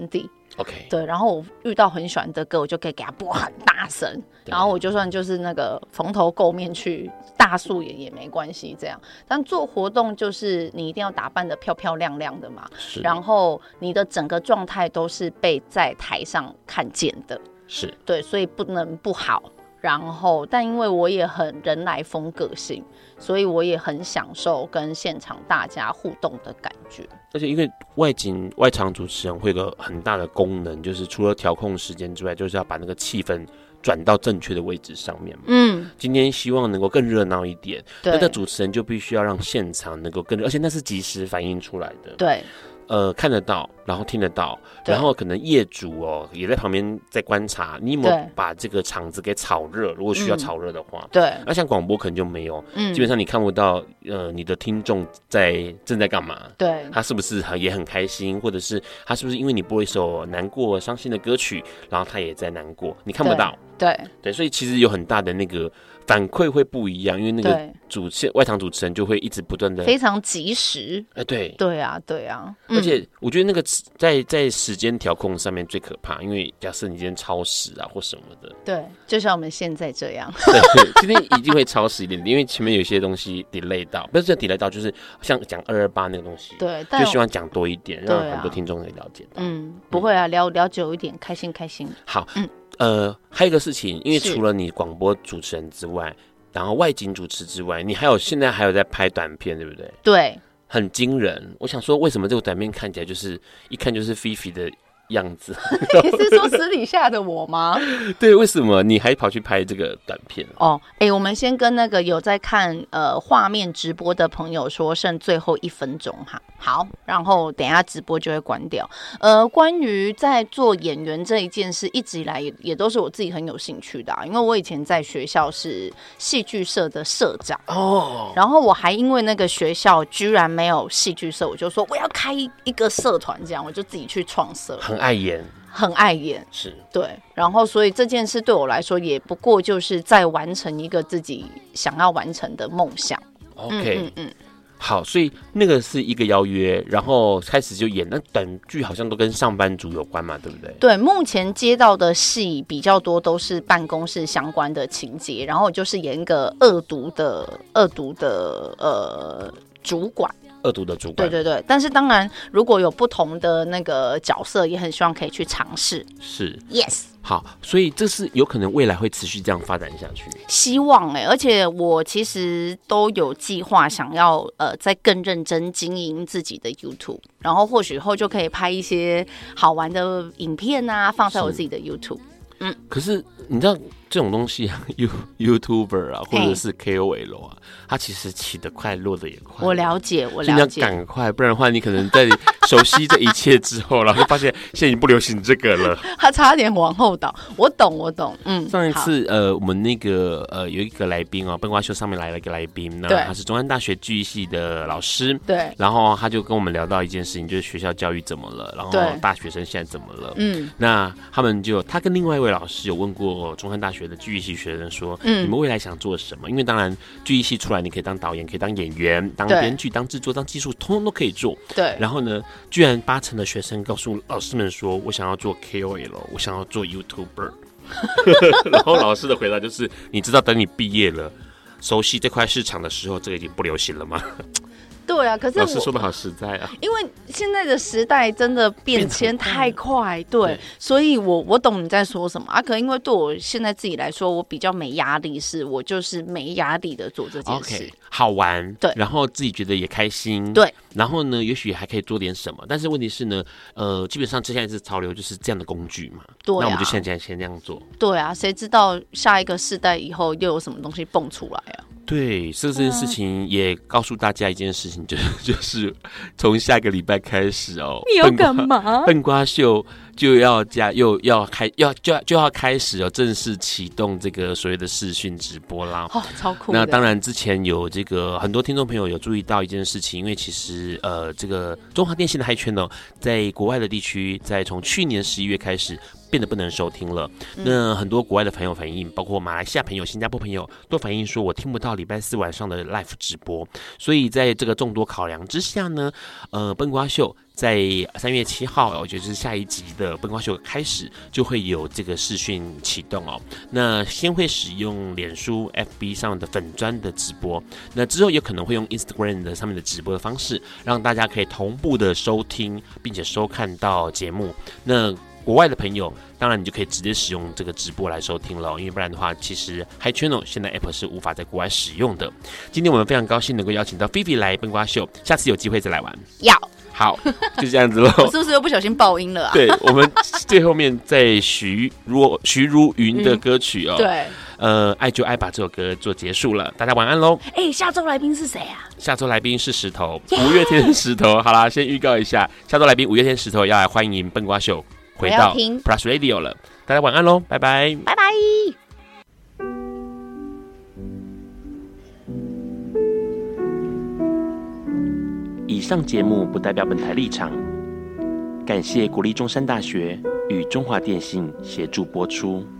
OK， 对，然后我遇到很喜欢的歌，我就可以给他播很大声，然后我就算就是那个蓬头垢面去大素颜也没关系，这样。但做活动就是你一定要打扮得漂漂亮亮的嘛，然后你的整个状态都是被在台上看见的， 是对，所以不能不好。然后，但因为我也很人来疯个性，所以我也很享受跟现场大家互动的感觉。 而且因为外场主持人会有个很大的功能，就是除了调控时间之外，就是要把那个气氛转到正确的位置上面嘛。今天希望能够更热闹一点，那主持人就必须要让现场能够更，而且那是即时反映出来的。 对。 看得到，然后听得到，然后可能业主也在旁边在观察你有没有把这个场子给炒热，如果需要炒热的话， 对。 那像广播可能就没有，基本上你看不到你的听众正在干嘛， 对， 他是不是也很开心，或者是他是不是因为你播一首难过伤心的歌曲，然后他也在难过，你看不到，对，所以其实有很大的那个反馈会不一样，因为那个外场主持人就会一直不断的非常及时，对啊， 而且我觉得那个在时间调控上面最可怕，因为假设你今天超时啊或什么的， 对，就像我们现在这样， 对，今天一定会超时一点点，因为前面有些东西 delay 到，不是delay 到，就是像讲228那个东西， 对， 就希望讲多一点，让很多听众可以了解到。 不会啊，聊久一点，开心。 好，还有一个事情，因为除了你广播主持人之外，然后外景主持之外，你现在还有在拍短片，对不对？ 对， 很惊人。我想说，为什么这个短片看起来就是一看就是菲菲的样子？ 你是说私底下的我吗？ 对，为什么你还跑去拍这个短片？ 我们先跟那个有在看画面直播的朋友说，剩最后1分钟哈。好，然后等一下直播就会关掉。关于在做演员这一件事，一直以来也都是我自己很有兴趣的因为我以前在学校是戏剧社的社长然后我还因为那个学校居然没有戏剧社，我就说我要开一个社团，这样我就自己去创社。 很爱演， 是对，然后所以这件事对我来说也不过就是在完成一个自己想要完成的梦想。 OK，好，所以那个是一个邀约，然后开始就演。那短剧好像都跟上班族有关嘛，对不对？ 对，目前接到的戏比较多都是办公室相关的情节，然后就是演一个恶毒的主管。对，但是当然如果有不同的那个角色，也很希望可以去尝试。 是 Yes。 好，所以这是有可能未来会持续这样发展下去， 希望而且我其实都有计划想要再更认真经营自己的 YouTube， 然后或许以后就可以拍一些好玩的影片啊，放在我自己的 YouTube。 可是你知道这种东西啊，YouTuber 啊，或者是 KOL 啊，它其实起得快，落得也快。 我了解， 你要赶快，不然的话，你可能在熟悉这一切之后，然后发现现在已经不流行这个了。 他差点往后倒，我懂。 上一次我们那个有一个来宾笨瓜秀上面来了一个来宾，那他是中山大学剧艺系的老师， 对， 然后他就跟我们聊到一件事情，就是学校教育怎么了，然后大学生现在怎么了。那他跟另外一位老师有问过中山大学的剧艺系学生说，你们未来想做什么？因为当然剧艺系出来，你可以当导演，可以当演员，当编剧，当制作，当技术，通通都可以做。 对。 然后呢，居然80%的学生告诉老师们说，我想要做 KOL， 我想要做 YouTuber。然后老师的回答就是，你知道等你毕业了，熟悉这块市场的时候，这个已经不流行了吗？ 对啊，可是老师说的好实在啊， 因为现在的时代真的变迁太快，对，所以我懂你在说什么啊。可能因为对我现在自己来说，我比较没压力，是我就是没压力的做这件事。 Okay， 好玩， 对， 然后自己觉得也开心， 对， 然后呢，也许还可以做点什么。但是问题是呢，基本上现在是潮流，就是这样的工具嘛。对啊，那我们就现在先这样做。 对啊，谁知道下一个世代以后又有什么东西蹦出来啊？ 对，这件事情也告诉大家一件事情，就是从下个礼拜开始你要干嘛？ 笨瓜秀就要开始正式启动这个所谓的视讯直播啦。 超酷的。 那当然之前有这个很多听众朋友有注意到一件事情，因为其实这个中华电信的嗨圈在国外的地区，在从去年11月开始变得不能收听了。那很多国外的朋友反映，包括马来西亚朋友、新加坡朋友都反映说，我听不到礼拜4晚上的 live 直播。所以在这个众多考量之下呢，笨瓜秀在3月7号，我觉得是下一集的笨瓜秀开始就会有这个视讯启动哦。那先会使用脸书 FB 上的粉专的直播，那之后有可能会用 Instagram 的上面的直播的方式，让大家可以同步的收听并且收看到节目。那国外的朋友，当然你就可以直接使用这个直播来收听了，因为不然的话，其实 Hi Channel 现在 App 是无法在国外使用的。今天我们非常高兴能够邀请到菲菲来笨瓜秀，下次有机会再来玩。 要好，就这样子咯。 我是不是又不小心爆音了啊？ 对，我们最后面在徐如云的歌曲哦， 对， 爱就爱把这首歌做结束了，大家晚安喽。 下周来宾是谁啊？ 下周来宾是石头，五月天的石头。好啦，先预告一下，下周来宾五月天石头要来欢迎笨瓜秀回到 Plus Radio 了，大家晚安喽，拜拜， 拜拜。 以上节目不代表本台立场，感谢国立中山大学与中华电信协助播出。